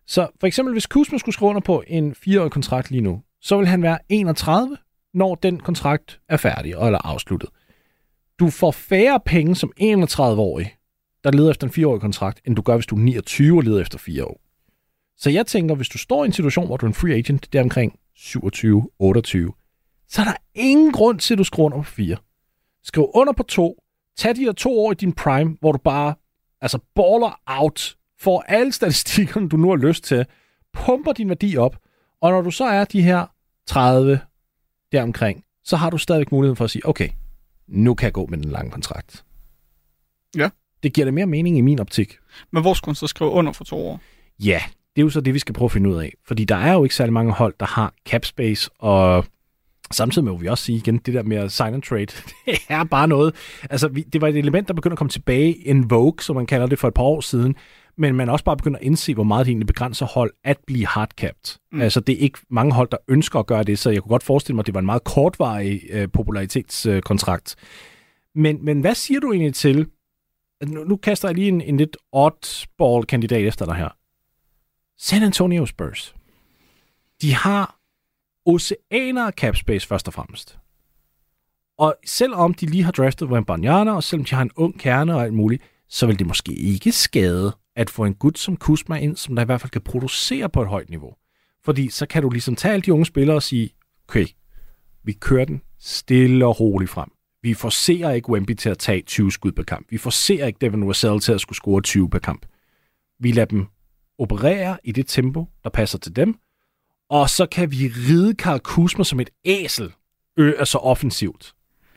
S3: Så for eksempel, hvis Kuzma skulle skrive under på en 4-årig kontrakt lige nu, så vil han være 31, når den kontrakt er færdig eller afsluttet. Du får færre penge som 31-årig, der leder efter en 4-årig kontrakt, end du gør, hvis du er 29 og leder efter 4 år. Så jeg tænker, hvis du står i en situation, hvor du er en free agent, der omkring 27, 28, så er der ingen grund til, at du skriver under på 4. Skriv under på 2. Tag de der 2 år i din prime, hvor du bare baller out, får alle statistikkerne, du nu har lyst til, pumper din værdi op, og når du så er de her 30 deromkring, så har du stadigvæk muligheden for at sige, okay, nu kan jeg gå med den lange kontrakt.
S4: Ja.
S3: Det giver det mere mening i min optik.
S4: Men hvor skulle han så skrive under for 2 år?
S3: Ja, det er jo så det, vi skal prøve at finde ud af. Fordi der er jo ikke særlig mange hold, der har cap space, og samtidig må vi også sige igen, det der med at sign and trade, det er bare noget. Altså, det var et element, der begyndte at komme tilbage in vogue, som man kalder det, for et par år siden, men man også bare begynder at indse, hvor meget det egentlig begrænser hold at blive hardcapped. Altså, det er ikke mange hold, der ønsker at gøre det, så jeg kunne godt forestille mig, at det var en meget kortvarig popularitetskontrakt. Men hvad siger du egentlig til, nu kaster jeg lige en lidt oddball-kandidat efter dig her. San Antonio Spurs. De har oceaner af cap space først og fremmest. Og selvom de lige har draftet Wembanyama, og selvom de har en ung kerne og alt muligt, så vil det måske ikke skade at få en gut som Kuzma ind, som der i hvert fald kan producere på et højt niveau. Fordi så kan du ligesom tage alle de unge spillere og sige, okay, vi kører den stille og roligt frem. Vi forcerer ikke Wemby til at tage 20 skud per kamp. Vi forcerer ikke Devin Vassell til at skulle score 20 per kamp. Vi lader dem operere i det tempo, der passer til dem, og så kan vi ride Karl Kuzma som et æsel, altså offensivt.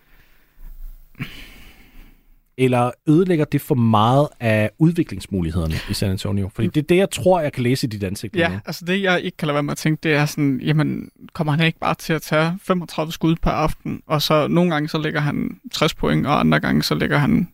S3: Eller ødelægger det for meget af udviklingsmulighederne i San Antonio? Fordi det er det, jeg tror, jeg kan læse i dit ansigt.
S4: Ja, altså det, jeg ikke kan lade være med at tænke, det er sådan, jamen, kommer han ikke bare til at tage 35 skud per aften, og så nogle gange så lægger han 60 point, og andre gange så lægger han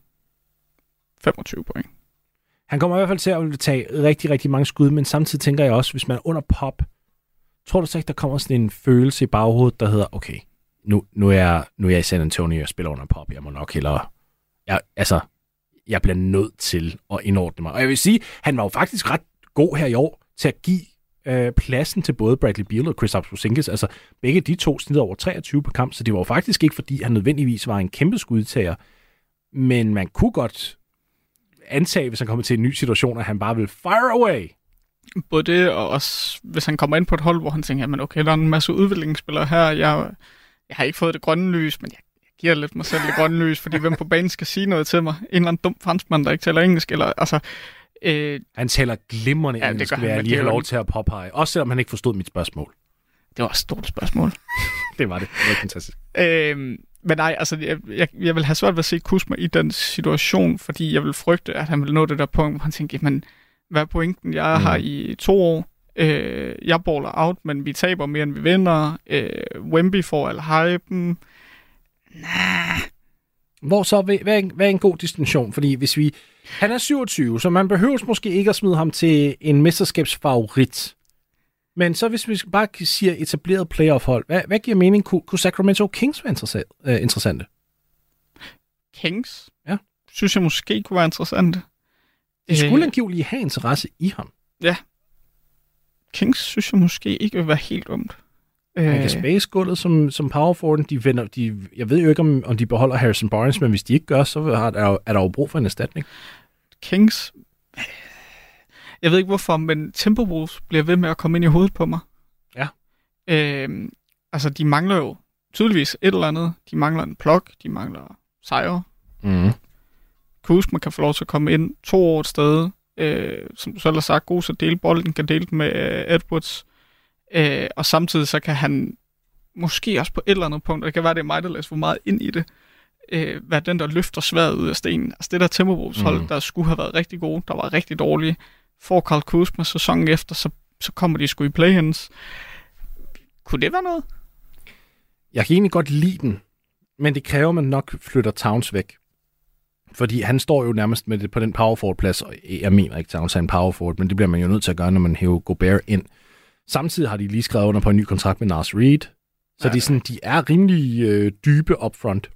S4: 25 point. Han
S3: kommer i hvert fald til at tage rigtig, rigtig mange skud, men samtidig tænker jeg også, hvis man er under pop, tror du så ikke, der kommer sådan en følelse i baghovedet, der hedder, okay, nu er jeg i San Antonio og spiller under pop, jeg må nok hellere... Jeg bliver nødt til at indordne mig. Og jeg vil sige, han var jo faktisk ret god her i år til at give pladsen til både Bradley Beal og Kristaps Porzingis. Altså, begge de to snittede over 23 på kamp, så det var jo faktisk ikke, fordi han nødvendigvis var en kæmpe skudtager. Men man kunne godt antage, hvis han kommer til en ny situation, at han bare vil fire away.
S4: Både det, og også hvis han kommer ind på et hold, hvor han tænker, jamen okay, der er en masse udviklingsspillere her. Jeg har ikke fået det grønne lys, men jeg giver lidt mig selv det grønne lys, fordi hvem på banen skal sige noget til mig? En eller anden dum franskmand, der ikke taler engelsk, eller altså...
S3: Han taler glimrende engelsk, vil jeg lige have lov til at påpege. Også selvom han ikke forstod mit spørgsmål.
S4: Det var et stort spørgsmål.
S3: Det var fantastisk.
S4: Men nej, altså, jeg vil have svært ved at se Kuzma i den situation, fordi jeg vil frygte, at han vil nå det der punkt, hvor han tænker, jamen, hvad er pointen? Jeg er her i 2 år. Jeg baller out, men vi taber mere, end vi vinder. Wemby får al hypen.
S3: Nah. Hvor så, hvad er en god distinktion? Fordi hvis han er 27, så man behøver måske ikke at smide ham til en mesterskabsfavorit. Men så hvis vi bare siger etableret playoff-hold, hvad giver mening? Kunne Sacramento Kings være interessante?
S4: Kings?
S3: Ja.
S4: Synes jeg måske kunne være interessante.
S3: De skulle angiveligt have interesse i ham.
S4: Ja. Kings synes jeg måske ikke vil være helt dumt.
S3: Han kan space-gulvet som power forward. Jeg ved jo ikke, om de beholder Harrison Barnes, men hvis de ikke gør, så er der jo brug for en erstatning.
S4: Kings... Jeg ved ikke hvorfor, men Timberwolves bliver ved med at komme ind i hovedet på mig.
S3: Ja.
S4: Altså, de mangler jo tydeligvis et eller andet. De mangler en plug, de mangler sejre. Kuzma kan få lov til at komme ind 2 år et sted. Som du selv har sagt, god til at dele bolden, kan dele den med Edwards. Og samtidig så kan han måske også på et eller andet punkt, og det kan være, det er mig, der læser for meget ind i det, være den, der løfter sværet ud af stenen. Altså det der Timberwolves hold, der skulle have været rigtig gode, der var rigtig dårlige, får Karl Kuzma sæsonen efter, så kommer de sgu i play-ins. Kunne det være noget?
S3: Jeg kan egentlig godt lide den, men det kræver, at man nok flytter Towns væk. Fordi han står jo nærmest med det på den power forward-plads, og jeg mener ikke, Towns er en power forward, men det bliver man jo nødt til at gøre, når man hæver Gobert ind. Samtidig har de lige skrevet under på en ny kontrakt med Nars Reed, så de er rimelig dybe upfront.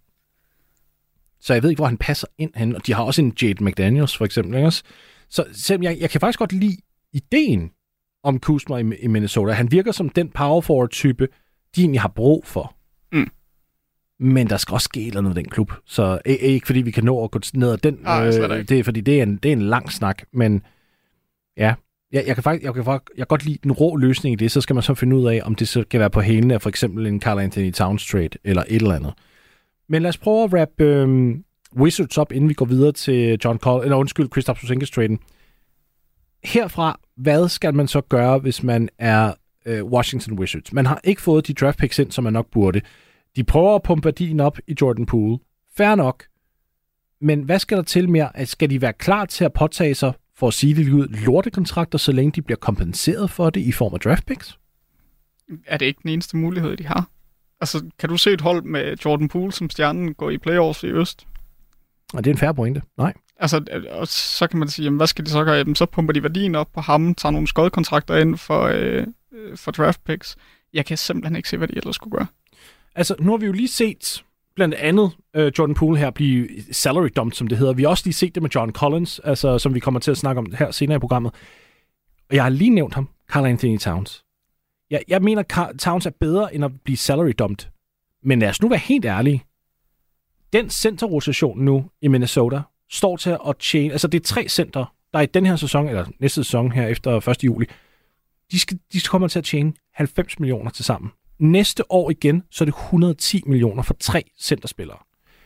S3: Så jeg ved ikke, hvor han passer ind hen, og de har også en Jaden McDaniels for eksempel. Ikke? Så selvom jeg kan faktisk godt lide ideen, om Kuzma i Minnesota. Han virker som den power forward-type, de egentlig har brug for.
S4: Mm.
S3: Men der skal også ske noget i den klub. Så ikke fordi vi kan nå at gå ned ad den. Det er fordi, det er en lang snak. Men ja, jeg kan godt lide den rå løsning i det. Så skal man så finde ud af, om det så kan være på hælene af for eksempel en Karl Anthony Towns trade eller et eller andet. Men lad os prøve at wrap Wizards op, inden vi går videre til Kristaps Porzingis-traden. Herfra, hvad skal man så gøre, hvis man er Washington Wizards? Man har ikke fået de draft picks ind, som man nok burde. De prøver at pumpe værdien op i Jordan Poole. Fair nok. Men hvad skal der til mere? Skal de være klar til at påtage sig, for at sige det lige ud, lortekontrakter, så længe de bliver kompenseret for det i form af draft picks?
S4: Er det ikke den eneste mulighed, de har? Altså, kan du se et hold med Jordan Poole som stjernen gå i playoffs i øst?
S3: Og det er en fair pointe. Nej.
S4: Altså, og så kan man sige, jamen, hvad skal de så gøre? Jamen, så pumper de værdien op på ham, tager nogle skodkontrakter ind for draft picks. Jeg kan simpelthen ikke se, hvad de ellers skulle gøre.
S3: Altså, nu har vi jo lige set blandt andet Jordan Poole her blive salary dumped, som det hedder. Vi har også lige set det med John Collins, altså, som vi kommer til at snakke om her senere i programmet. Og jeg har lige nævnt ham, Karl Anthony Towns. Jeg mener, Towns er bedre end at blive salary dumped. Men lad os nu være helt ærlige. Den centerrotation nu i Minnesota står til at tjene... Altså, det er 3 center, der i den her sæson, eller næste sæson her efter 1. juli, de kommer til at tjene 90 millioner til sammen. Næste år igen, så er det 110 millioner for 3 centerspillere.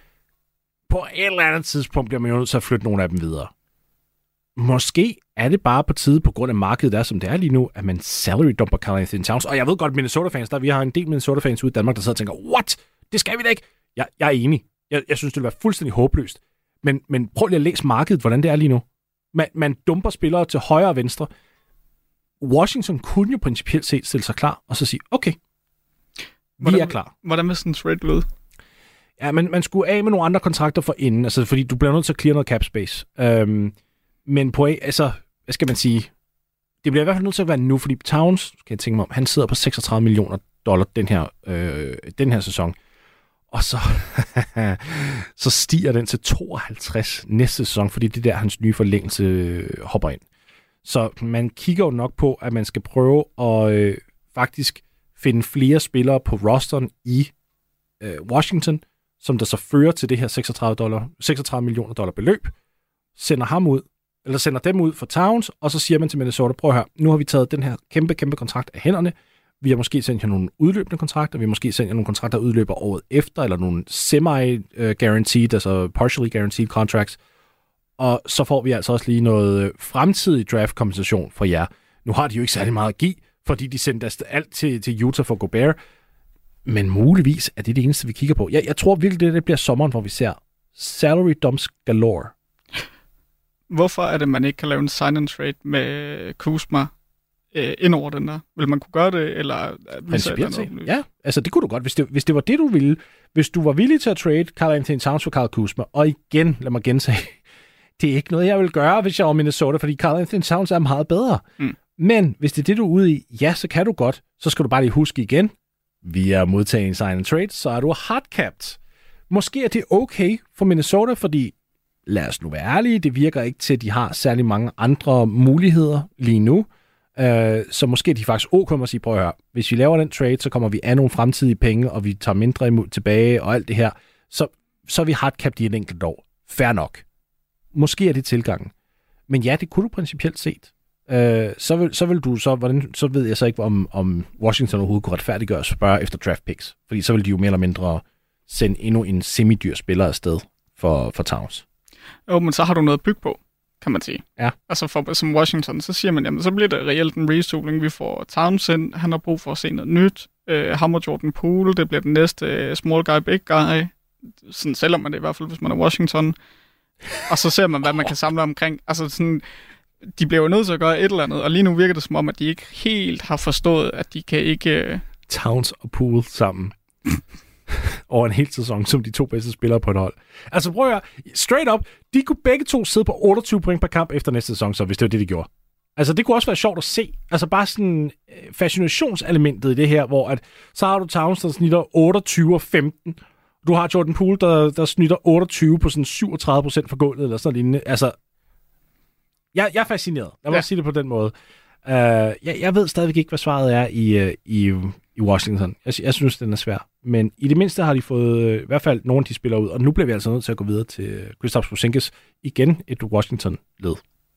S3: På et eller andet tidspunkt bliver man jo nødt til at flytte nogle af dem videre. Måske er det bare på tide, på grund af markedet der, som det er lige nu, at man salary dumper Karl Anthony Towns. Og jeg ved godt, Minnesota-fans, vi har en del Minnesota-fans ude i Danmark, der sidder og tænker, what? Det skal vi da ikke! Jeg er enig. Jeg synes, det vil være fuldstændig håbløst. Men prøv lige at læse markedet, hvordan det er lige nu. Man dumper spillere til højre og venstre. Washington kunne jo principielt set stille sig klar, og så sige, okay, vi er klar.
S4: Hvordan vil sådan en trade lyde?
S3: Ja, men man skulle af med nogle andre kontrakter for inden, altså fordi du bliver nødt til at clear noget cap space. Men altså, hvad skal man sige? Det bliver i hvert fald nødt til at være nu, fordi Towns, skal jeg tænke mig om, han sidder på $36 millioner den her sæson. Og så stiger den til 52 næste sæson, fordi det er der, hans nye forlængelse hopper ind. Så man kigger jo nok på, at man skal prøve at faktisk finde flere spillere på rosteren i Washington, som der så fører til det her $36 millioner beløb, sender dem ud for Towns, og så siger man til Minnesota, prøv at høre, nu har vi taget den her kæmpe kontrakt af hænderne. Vi har måske sendt jer nogle udløbende kontrakter, vi har måske sendt jer nogle kontrakter, der udløber året efter, eller nogle semi-guaranteed, altså partially guaranteed contracts, og så får vi altså også lige noget fremtidig draft-kompensation fra jer. Nu har de jo ikke særlig meget at give, fordi de sendte alt til Utah for Gobert, men muligvis er det det eneste, vi kigger på. Jeg tror virkelig, det bliver sommeren, hvor vi ser salary dumps galore.
S4: Hvorfor er det, man ikke kan lave en sign-and-trade med Kuzma ind over den der? Vil man kunne gøre det, eller...
S3: Ja, altså det kunne du godt, hvis det var det, du ville. Hvis du var villig til at trade Karl Anthony Towns for Kyle Kuzma, og igen, lad mig gentage, det er ikke noget, jeg vil gøre, hvis jeg var Minnesota, fordi Karl Anthony Towns er meget bedre. Mm. Men hvis det er det, du er ude i, ja, så kan du godt. Så skal du bare lige huske igen, via modtagen sign and trade, så er du hardcapped. Måske er det okay for Minnesota, fordi lad os nu være ærlige, det virker ikke til, at de har særlig mange andre muligheder lige nu. Så måske er de faktisk okay at sige, prøv at høre, hvis vi laver den trade, så kommer vi af nogle fremtidige penge, og vi tager mindre imod tilbage og alt det her. Så er vi hardcapped i et enkelt år. Fair nok. Måske er det tilgangen. Men ja, det kunne du principielt set. Så vil du så ved jeg så ikke, om Washington overhovedet kunne retfærdiggøre og spørge efter draft picks. Fordi så vil de jo mere eller mindre sende endnu en semidyr spiller afsted for Towns.
S4: Jo, men så har du noget at bygge på, kan man sige.
S3: Ja.
S4: Altså som Washington, så siger man, jamen så bliver det reelt en retooling. Vi får Towns ind, han har brug for at se noget nyt. Ham og Jordan Poole, det bliver den næste small guy, big guy. Sådan selvom man det i hvert fald, hvis man er Washington. Og så ser man, hvad man kan samle omkring. Altså sådan... De bliver jo nødt til at gøre et eller andet, og lige nu virker det som om, at de ikke helt har forstået, at de kan ikke...
S3: Towns og Poole sammen. Over en hel sæson, som de 2 bedste spillere på et hold. Altså prøv at høre, straight up, de kunne begge 2 sidde på 28 point per kamp efter næste sæson, så hvis det var det, de gjorde. Altså det kunne også være sjovt at se. Altså bare sådan fascinationselementet i det her, hvor at, så har du Towns, der snitter 28 og 15. Du har Jordan Poole, der snitter 28 på sådan 37% for gulvet, eller sådan lignende. Altså, jeg er fascineret. Jeg må sige det på den måde. Jeg ved stadigvæk ikke, hvad svaret er i Washington. Jeg synes, den er svær. Men i det mindste har de fået i hvert fald nogle af de spillere ud, og nu bliver vi altså nødt til at gå videre til Kristaps Porzingis. Igen et Washington-led.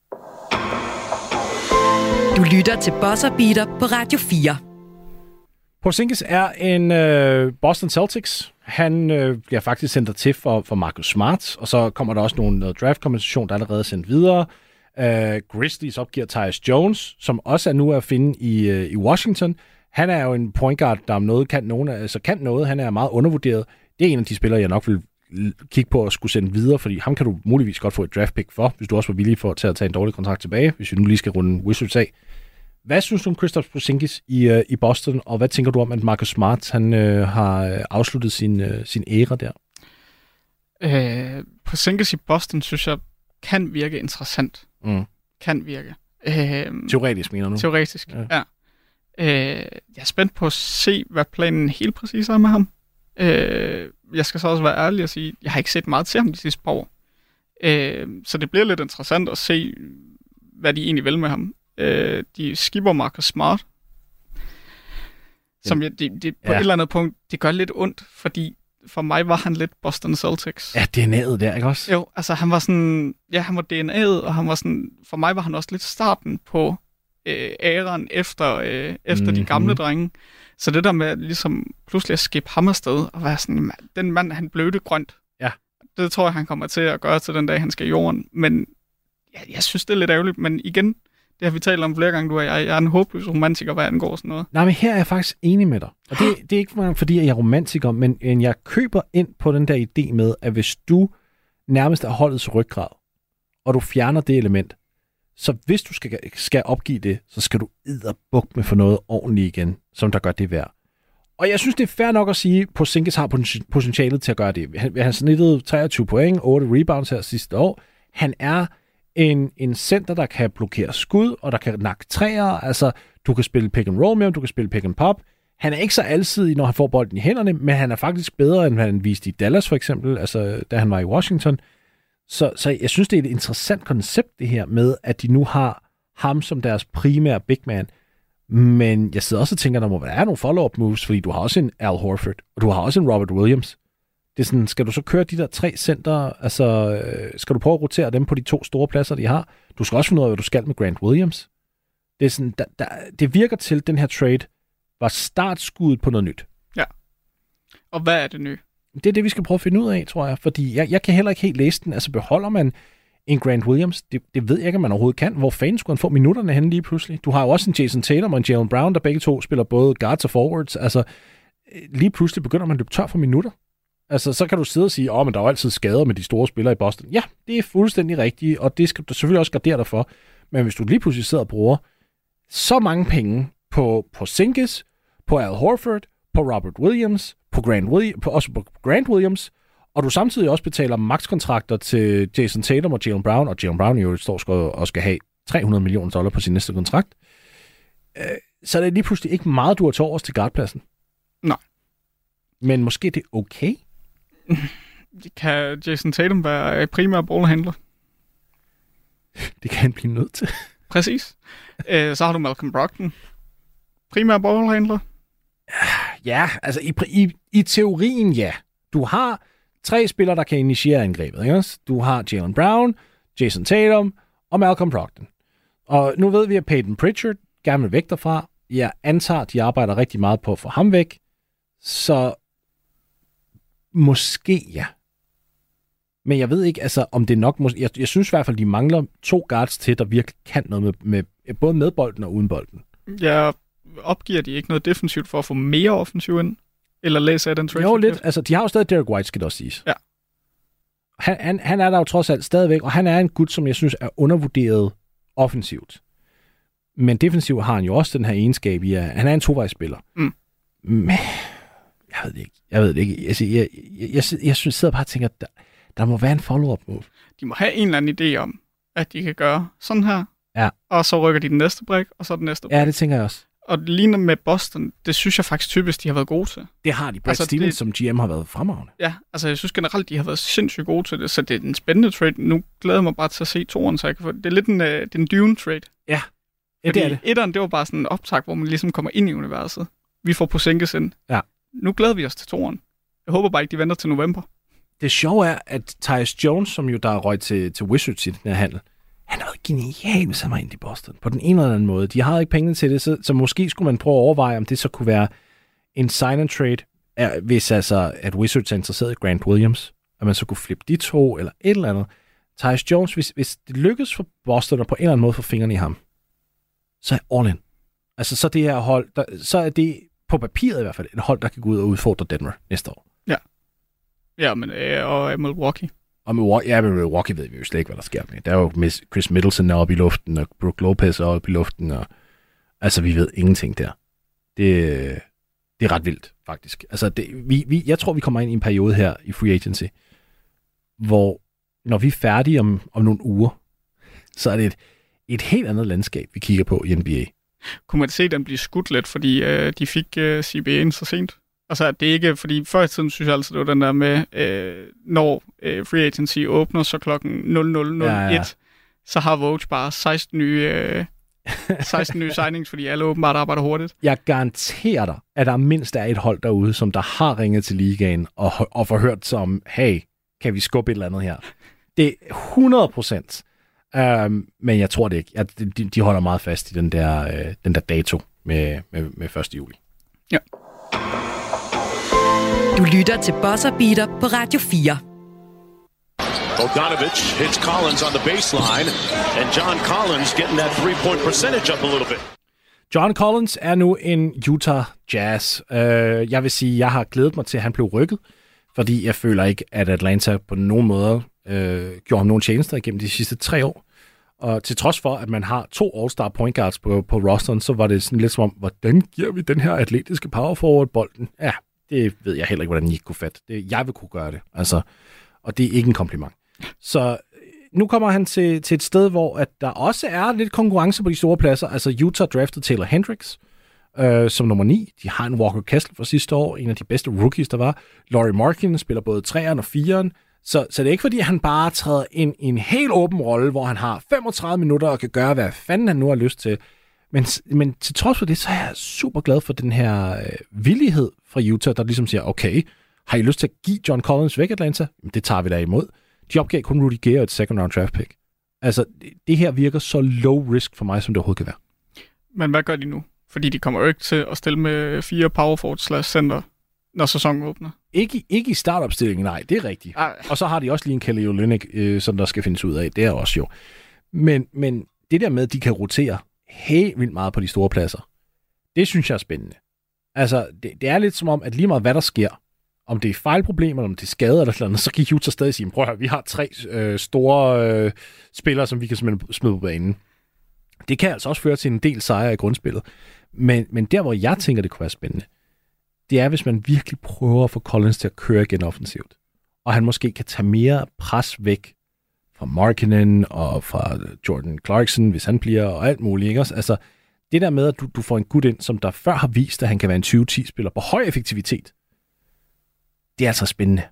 S2: Du lytter til Buzzer Beater på Radio 4.
S3: Porzingis er en Boston Celtics. Han bliver faktisk sendt til for Marcus Smart, og så kommer der også noget draft-kompensation, der er allerede sendt videre. Grizzlies opgiver Tyus Jones, som også nu er at finde i Washington. Han er jo en point guard, der om noget kan noget. Han er meget undervurderet. Det er en af de spillere, jeg nok vil kigge på at skulle sende videre, fordi ham kan du muligvis godt få et draft pick for, hvis du også var villig for at tage en dårlig kontrakt tilbage, hvis vi nu lige skal runde Wizards af. Hvad synes du om Kristaps Porzingis i Boston, og hvad tænker du om, at Marcus Smart han har afsluttet sin æra der?
S4: Porzingis i Boston, synes jeg, kan virke interessant. Kan virke.
S3: Teoretisk, mener du?
S4: Teoretisk, ja. Jeg er spændt på at se, hvad planen helt præcis er med ham. Jeg skal så også være ærlig og sige, jeg har ikke set meget til ham de sidste par år. Så det bliver lidt interessant at se, hvad de egentlig vil med ham. De skipper Marcus Smart, som på et eller andet punkt, det gør lidt ondt, fordi for mig var han lidt Boston Celtics.
S3: Ja, DNA'et der, ikke også?
S4: Jo, altså han var sådan, han var DNA'et, og han var sådan, for mig var han også lidt starten på æraen efter de gamle drenge. Så det der med ligesom pludselig at skip ham afsted, og være sådan, den mand, han blødte grønt.
S3: Ja.
S4: Det tror jeg, han kommer til at gøre til den dag, han skal i jorden. Men jeg synes, det er lidt ærgerligt, men igen, det har vi talt om flere gange, du og jeg er en håbløs romantiker, hvad angår sådan noget.
S3: Nej, men her er jeg faktisk enig med dig. Og det er ikke fordi, jeg er romantiker, men jeg køber ind på den der idé med, at hvis du nærmest er holdets ryggrad, og du fjerner det element, så hvis du skal opgive det, så skal du edderbuk med for noget ordentligt igen, som der gør det værd. Og jeg synes, det er fair nok at sige, at Porzingis har potentialet til at gøre det. Han snittede 23 point, 8 rebounds her sidste år. Han er en center, der kan blokere skud, og der kan nakke træer. Altså, du kan spille pick and roll med ham, du kan spille pick and pop. Han er ikke så alsidig, når han får bolden i hænderne, men han er faktisk bedre, end han viste i Dallas for eksempel, altså da han var i Washington. Så jeg synes, det er et interessant koncept, det her med, at de nu har ham som deres primære big man. Men jeg sidder også og tænker, der må være nogle follow-up moves, fordi du har også en Al Horford, og du har også en Robert Williams. Det er sådan, skal du så køre de der 3 center, altså skal du prøve at rotere dem på de 2 store pladser, de har? Du skal også finde ud af, hvad du skal med Grant Williams. Det er sådan, det virker til, at den her trade var startskuddet på noget nyt.
S4: Ja. Og hvad er det nye?
S3: Det er det, vi skal prøve at finde ud af, tror jeg. Fordi jeg kan heller ikke helt læse den. Altså beholder man en Grant Williams? Det ved jeg ikke, om man overhovedet kan. Hvor fanden skulle han få minutterne henne lige pludselig? Du har jo også en Jason Tatum og en Jaylen Brown, der begge to spiller både guards og forwards. Altså lige pludselig begynder man at løbe tør for minutter. Altså så kan du sidde og sige, men der er jo altid skader med de store spillere i Boston. Ja, det er fuldstændig rigtigt, og det skal du selvfølgelig også gardere dig for. Men hvis du lige pludselig sidder og bruger så mange penge på Porzingis, på Al Horford, på Robert Williams, på Grant Williams, og du samtidig også betaler makskontrakter til Jason Tatum og Jaylen Brown, og Jaylen Brown jo står og skal have $300 million på sin næste kontrakt, så er det lige pludselig ikke meget, du har til overs til guardpladsen.
S4: Nej.
S3: Men måske det er okay?
S4: Kan Jason Tatum være primær ballhandler?
S3: Det kan han blive nødt til.
S4: Præcis. Så har du Malcolm Brogdon. Primær ballhandler?
S3: Ja, altså i teorien, ja. Du har 3 spillere, der kan initiere angrebet, ikke? Du har Jaylen Brown, Jason Tatum og Malcolm Brogdon. Og nu ved vi, at Peyton Pritchard gerne vil væk derfra. Jeg antager, at de arbejder rigtig meget på at få ham væk. Så måske ja. Men jeg ved ikke, altså, om det er nok. Jeg synes i hvert fald, de mangler 2 guards til, der virkelig kan noget med både med bolden og uden bolden.
S4: Ja, opgiver de ikke noget defensivt for at få mere offensiv ind? Eller læser jeg den trade?
S3: Jo, lidt. Altså, de har jo stadig Derek White, skal det også siges.
S4: Ja.
S3: Han er der jo trods alt stadigvæk, og han er en gut, som jeg synes er undervurderet offensivt. Men defensivt har han jo også den her egenskab i, at han er en tovejsspiller. Men jeg ved det ikke. Altså, jeg synes, sidder bare og tænker, at der må være en follow-up move.
S4: De må have en eller anden idé om, at de kan gøre sådan her,
S3: ja.
S4: Og så rykker de den næste brik, og så den næste brik.
S3: Ja, det tænker jeg også.
S4: Og lige med Boston, det synes jeg faktisk typisk, de har været gode til.
S3: Det har de. Brad Stevens som GM har været fremragende.
S4: Ja, altså jeg synes generelt, de har været sindssygt gode til det, så det er en spændende trade. Nu glæder jeg mig bare til at se toren, så jeg kan få... Det er lidt en Dune trade.
S3: Ja.
S4: Fordi
S3: det er det.
S4: Etteren, det var bare sådan en optag, hvor man ligesom kommer ind i universet. Vi får Porzingis ind.
S3: Ja.
S4: Nu glæder vi os til toeren. Jeg håber bare ikke, de venter til november.
S3: Det sjove er, at Tyus Jones, som jo der er røget til Wizards i den her handel, han har været genial, hvis han var inde i Boston. På den ene eller anden måde. De har ikke penge til det, så måske skulle man prøve at overveje, om det så kunne være en sign and trade, hvis altså, at Wizards er interesseret i Grant Williams, at man så kunne flippe de to, eller et eller andet. Tyus Jones, hvis det lykkes for Boston, og på en eller anden måde få fingrene i ham, så er all in. Altså, så det her hold, så er det på papiret i hvert fald, et hold, der kan gå ud og udfordre Denver næste år.
S4: Ja, men og Milwaukee.
S3: Og med Milwaukee ved vi jo slet ikke, hvad der sker med. Der er jo Chris Middleton er oppe i luften, og Brook Lopez er oppe i luften, og altså, vi ved ingenting der. Det er ret vildt, faktisk. Altså, jeg tror, vi kommer ind i en periode her i free agency, hvor når vi er færdige om nogle uger, så er det et helt andet landskab, vi kigger på i NBA.
S4: Kunne man se den blive skudt lidt, fordi de fik CBA'en så sent? Altså, det er ikke, fordi før i tiden synes jeg altid, det var den der med, når free agency åbner, så klokken 00:01, ja. Så har Vogue bare 16 nye signings, fordi alle åbenbart arbejder hurtigt.
S3: Jeg garanterer dig, at der mindst er et hold derude, som der har ringet til ligaen og forhørt sig om, hey, kan vi skubbe et eller andet her? Det er 100%. Men jeg tror det ikke. De holder meget fast i den der dato med 1. juli.
S4: Ja.
S2: Du lytter til Buzzer Beater på Radio 4.
S5: Bogdanovic hits Collins on the baseline, and John Collins getting that three-point percentage up a little bit.
S3: John Collins er nu en Utah Jazz. Jeg vil sige, jeg har glædet mig til, at han blev rykket, fordi jeg føler ikke, at Atlanta på nogen måde gjorde ham nogen tjenester igennem de sidste 3 år. Og til trods for, at man har 2 all-star point guards på rosteren, så var det sådan lidt som om, hvordan giver vi den her atletiske power forward bolden? Ja, det ved jeg heller ikke, hvordan I ikke kunne fatte. Jeg vil kunne gøre det, altså. Og det er ikke en kompliment. Så nu kommer han til et sted, hvor at der også er lidt konkurrence på de store pladser. Altså Utah draftede Taylor Hendricks som nummer 9. De har en Walker Kessler fra sidste år, en af de bedste rookies, der var. Lauri Markkanen spiller både 3'eren og 4'eren. Så det er ikke, fordi han bare træder ind i en helt åben rolle, hvor han har 35 minutter og kan gøre, hvad fanden han nu har lyst til. Men til trods for det, så er jeg super glad for den her villighed fra Utah, der ligesom siger, okay, har I lyst til at give John Collins væk Atlanta? Det tager vi da imod. De opgav kun Rudy Gay og et second round draft pick. Altså, det her virker så low risk for mig, som det overhovedet kan være.
S4: Men hvad gør de nu? Fordi de kommer jo ikke til at stille med 4 power forward / center, når sæsonen åbner.
S3: Ikke i startopstillingen, nej, det er rigtigt. Og så har de også lige en Kelly Olynyk, som der skal findes ud af. Det er også jo. Men det der med, at de kan rotere helt vildt meget på de store pladser, det synes jeg er spændende. Altså, det er lidt som om, at lige meget hvad der sker, om det er fejlproblemer, eller om det er skader eller noget, så kan Utah stadig sige, prøv at høre, vi har 3 store spillere, som vi kan simpelthen smide på banen. Det kan altså også føre til en del sejre i grundspillet. Men der, hvor jeg tænker, det kunne være spændende, det er, hvis man virkelig prøver at få Collins til at køre igen offensivt. Og han måske kan tage mere pres væk fra Markkanen og fra Jordan Clarkson, hvis han bliver, og alt muligt. Ikke? Altså, det der med, at du får en gut ind, som der før har vist, at han kan være en 20-10-spiller på høj effektivitet, det er altså spændende.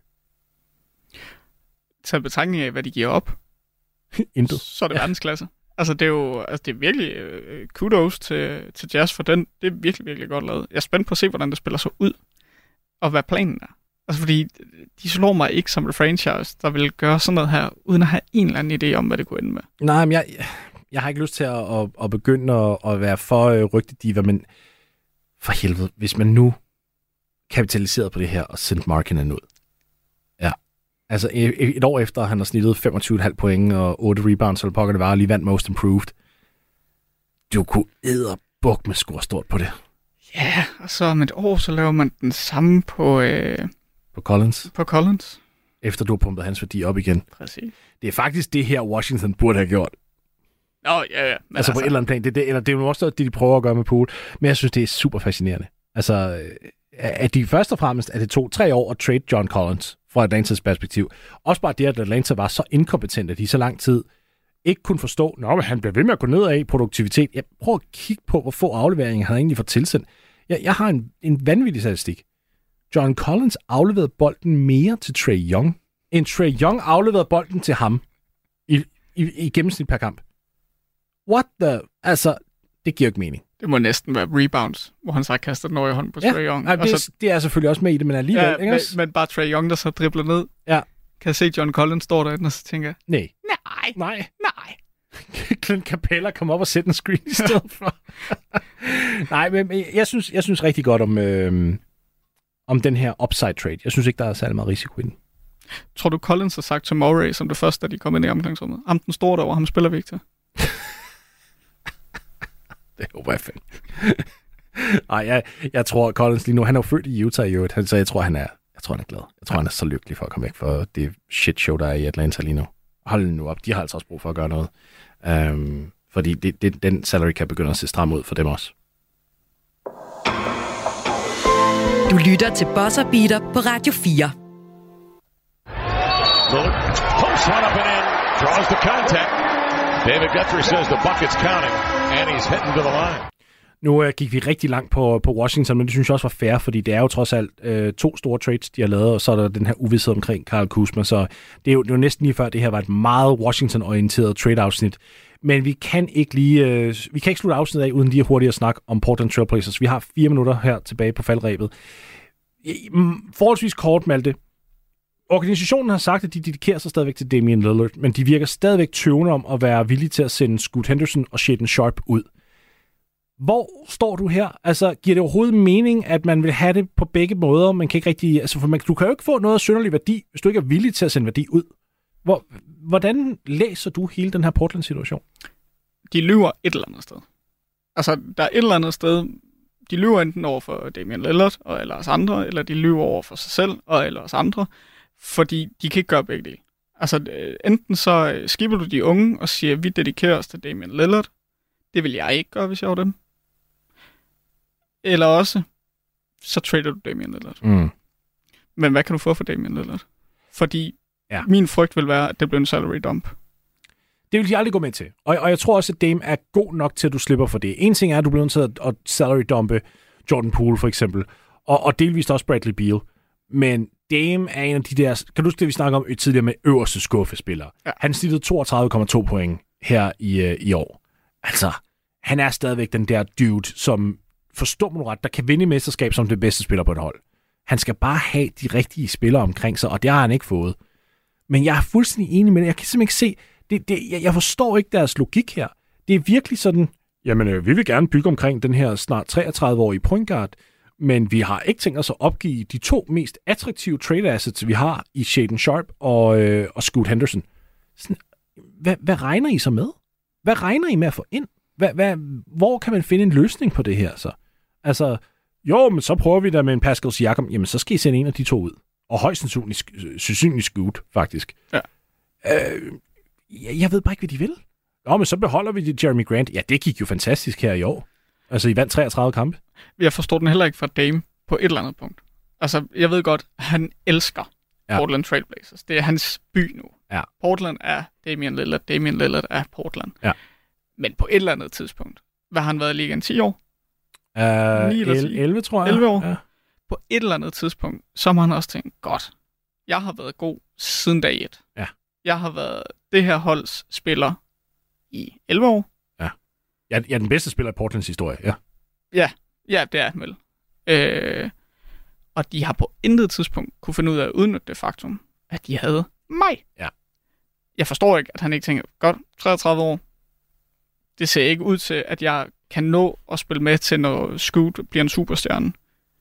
S4: Tag betragtning af, hvad de giver op.
S3: Intet.
S4: Så er det verdensklasse. Altså, det er jo det er virkelig kudos til Jazz for den. Det er virkelig, virkelig godt lavet. Jeg er spændt på at se, hvordan det spiller sig ud, og hvad planen er. Altså, fordi de slår mig ikke som et franchise, der vil gøre sådan noget her, uden at have en eller anden idé om, hvad det kunne ende med.
S3: Nej, men jeg har ikke lyst til at begynde at være for rygtediva, men for helvede, hvis man nu kapitaliseret på det her og sendt Markkanen ud. Ja. Altså et år efter, han har snittet 25,5 point og 8 rebounds, eller pokker det var, og lige vandt Most Improved. Du kunne edderbuk med score stort på det.
S4: Ja, og så om et år, så laver man den samme på
S3: Collins.
S4: På Collins.
S3: Efter du har pumpet hans værdi op igen.
S4: Præcis.
S3: Det er faktisk det her, Washington burde have gjort.
S4: Ja.
S3: Altså på et eller andet plan. Det er jo også det, de prøver at gøre med Poole. Men jeg synes, det er super fascinerende. Altså, at de først og fremmest, at det tog 3 år at trade John Collins fra Atlantas perspektiv. Også bare det, at Atlanta var så inkompetent, at de så lang tid ikke kunne forstå, men han bliver ved med at gå nedad i produktivitet. Jeg prøver at kigge på, hvor få afleveringer han egentlig får tilsendt. Jeg har en vanvittig statistik. John Collins afleverede bolden mere til Trae Young, end Trae Young afleverede bolden til ham i gennemsnit per kamp. What the? Altså, Det giver ikke mening.
S4: Det må næsten være rebounds, hvor han så kaster den over i hånden på Trae Young.
S3: Ja, det er selvfølgelig også med i det, men alligevel.
S4: Ja, men bare Trae Young, der så dribler ned.
S3: Ja.
S4: Kan jeg se, John Collins står derinde, og så tænker jeg,
S3: Nej. Clint Capella kom op og sætte en screen i stedet for. Nej, men jeg synes rigtig godt om den her upside trade. Jeg synes ikke, der er særlig meget risiko i den.
S4: Tror du, Collins har sagt til Murray som det første, da de kom ind i omklædningsrummet? Ham den store derovre, ham spiller vi ikke til.
S3: Det håber jeg fandme. Nej, jeg tror, Collins lige nu, han er jo født i Utah i øvrigt, så jeg tror, han er glad. Jeg tror, han er så lykkelig for at komme væk fra det shit show, der er i Atlanta lige nu. Hold nu op, de har altså også brug for at gøre noget. Fordi den salary cap begynder at se stram ud for dem også.
S2: Du lytter til Buzzer Beater på Radio 4.
S5: Post one up and in, draws the contact. David Guthrie says the bucket's counting, and he's heading to the line.
S3: Nu gik vi rigtig langt på Washington, men det synes jeg også var fair, fordi det er jo trods alt 2 store trades, de har lavet, og så er der den her uvished omkring Kyle Kuzma, så det er jo næsten lige før, det her var et meget Washington-orienteret trade-afsnit. Men vi kan ikke slutte afsnittet af, uden lige hurtigt at snakke om Portland Trail Blazers. Vi har 4 minutter her tilbage på faldrebet. Forholdsvis kort, Malte. Organisationen har sagt, at de dedikerer sig stadigvæk til Damian Lillard, men de virker stadigvæk tøvende om at være villige til at sende Scoot Henderson og Shaedon Sharpe ud. Hvor står du her? Altså, giver det overhovedet mening, at man vil have det på begge måder? Man kan ikke rigtig, altså, du kan jo ikke få noget af synderlig værdi, hvis du ikke er villig til at sende værdi ud. Hvordan læser du hele den her Portland-situation?
S4: De lyver et eller andet sted. Altså, der er et eller andet sted, de lyver enten over for Damian Lillard eller os andre, eller de lyver over for sig selv eller os andre, fordi de kan ikke gøre begge dele. Altså, enten så skipper du de unge og siger, vi dedikerer os til Damian Lillard. Det vil jeg ikke gøre, hvis jeg var dem. Eller også, så trader du Damian Lillard. Mm. Men hvad kan du få for Damian Lillard? Fordi min frygt vil være, at det bliver en salary dump.
S3: Det vil de aldrig gå med til. Og jeg tror også, at Dame er god nok til, at du slipper for det. En ting er, at du bliver nødt til at salary dumpe Jordan Poole, for eksempel. Og delvist også Bradley Beal. Men Dame er en af de der, kan du huske det, vi snakker om tidligere med øverste skuffespillere? Ja. Han snittede 32,2 point her i år. Altså, han er stadigvæk den der dude, som, forstår man ret, der kan vinde mesterskab som det bedste spiller på et hold. Han skal bare have de rigtige spillere omkring sig, og det har han ikke fået. Men jeg er fuldstændig enig med det. Jeg kan simpelthen ikke se, jeg forstår ikke deres logik her. Det er virkelig sådan, jamen, vi vil gerne bygge omkring den her snart 33-årige point guard, men vi har ikke tænkt os at opgive de 2 mest attraktive trade assets, vi har i Shaedon Sharpe og Scoot Henderson. Sådan, hvad regner I så med? Hvad regner I med at få ind? Hvor kan man finde en løsning på det her så? Altså, jo, men så prøver vi da med en Pascal Siakam. Jamen, så skal I sende en af de 2 ud. Og højst sandsynligt Scoot, faktisk. Ja. Jeg ved bare ikke, hvad de vil. Nå, men så beholder vi Jeremy Grant. Ja, det gik jo fantastisk her i år. Altså, I vandt 33 kampe. Jeg
S4: forstår den heller ikke fra Dame på et eller andet punkt. Altså, jeg ved godt, han elsker Portland Trail Blazers. Det er hans by nu. Ja. Portland er Damian Lillard. Damian Lillard er Portland. Ja. Men på et eller andet tidspunkt, hvad har han været i ligaen 10 år?
S3: 9 eller 10? 11, tror jeg.
S4: 11 år. Ja. På et eller andet tidspunkt, så må han også tænke, godt, jeg har været god siden dag 1. Ja. Jeg har været det her holds spiller i 11 år.
S3: Ja. Jeg er den bedste spiller i Portlands historie,
S4: ja. Ja, det er han vel. Og de har på intet tidspunkt kunne finde ud af at udnytte det faktum, at de havde mig. Ja. Jeg forstår ikke, at han ikke tænker, godt, 33 år, det ser ikke ud til, at jeg kan nå at spille med til, når Scoot bliver en superstjerne.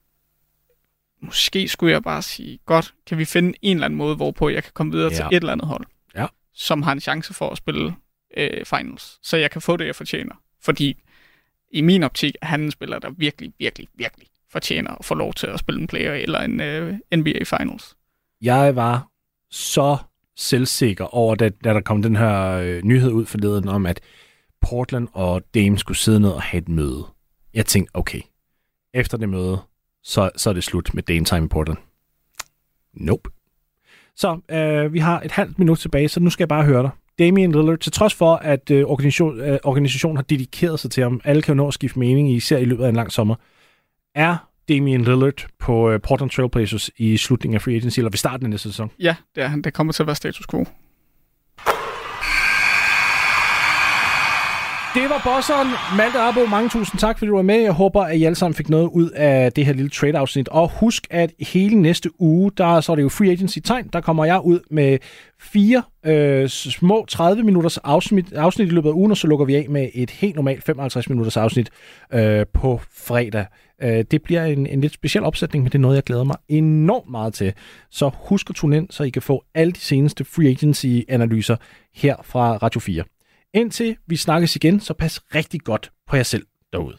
S4: Måske skulle jeg bare sige, godt, kan vi finde en eller anden måde, hvorpå jeg kan komme videre til et eller andet hold, som har en chance for at spille finals, så jeg kan få det, jeg fortjener. Fordi i min optik er han en spiller, der virkelig, virkelig, virkelig fortjener at få lov til at spille en player eller en NBA Finals. Jeg
S3: var så selvsikker over, da der kom den her nyhed ud forleden om, at Portland og Dame skulle sidde ned og have et møde. Jeg tænkte, okay, efter det møde, så er det slut med Dame time i Portland. Nope. Så vi har et halvt minut tilbage, så nu skal jeg bare høre dig. Damian Lillard, til trods for, at organisationen har dedikeret sig til ham, alle kan jo nå at skifte mening, især i løbet af en lang sommer, er Damian Lillard på Portland Trail Blazers i slutningen af free agency, eller ved starten af næste sæson?
S4: Ja, det er han. Det kommer til at være status quo.
S3: Det var bosseren. Malte Arbo, mange tusind tak, fordi du var med. Jeg håber, at I alle sammen fik noget ud af det her lille trade-afsnit. Og husk, at hele næste uge, så er det jo Free Agency-tegn. Der kommer jeg ud med 4 små 30-minutters afsnit i løbet af ugen, og så lukker vi af med et helt normalt 55-minutters afsnit på fredag. Det bliver en lidt speciel opsætning, men det er noget, jeg glæder mig enormt meget til. Så husk at tune ind, så I kan få alle de seneste Free Agency-analyser her fra Radio 4. Indtil vi snakkes igen, så pas rigtig godt på jer selv derude.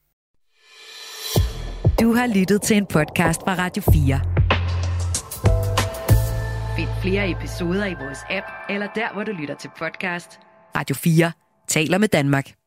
S2: Du har lyttet til en podcast fra Radio 4. Find flere episoder i vores app, eller der, hvor du lytter til podcast. Radio 4 taler med Danmark.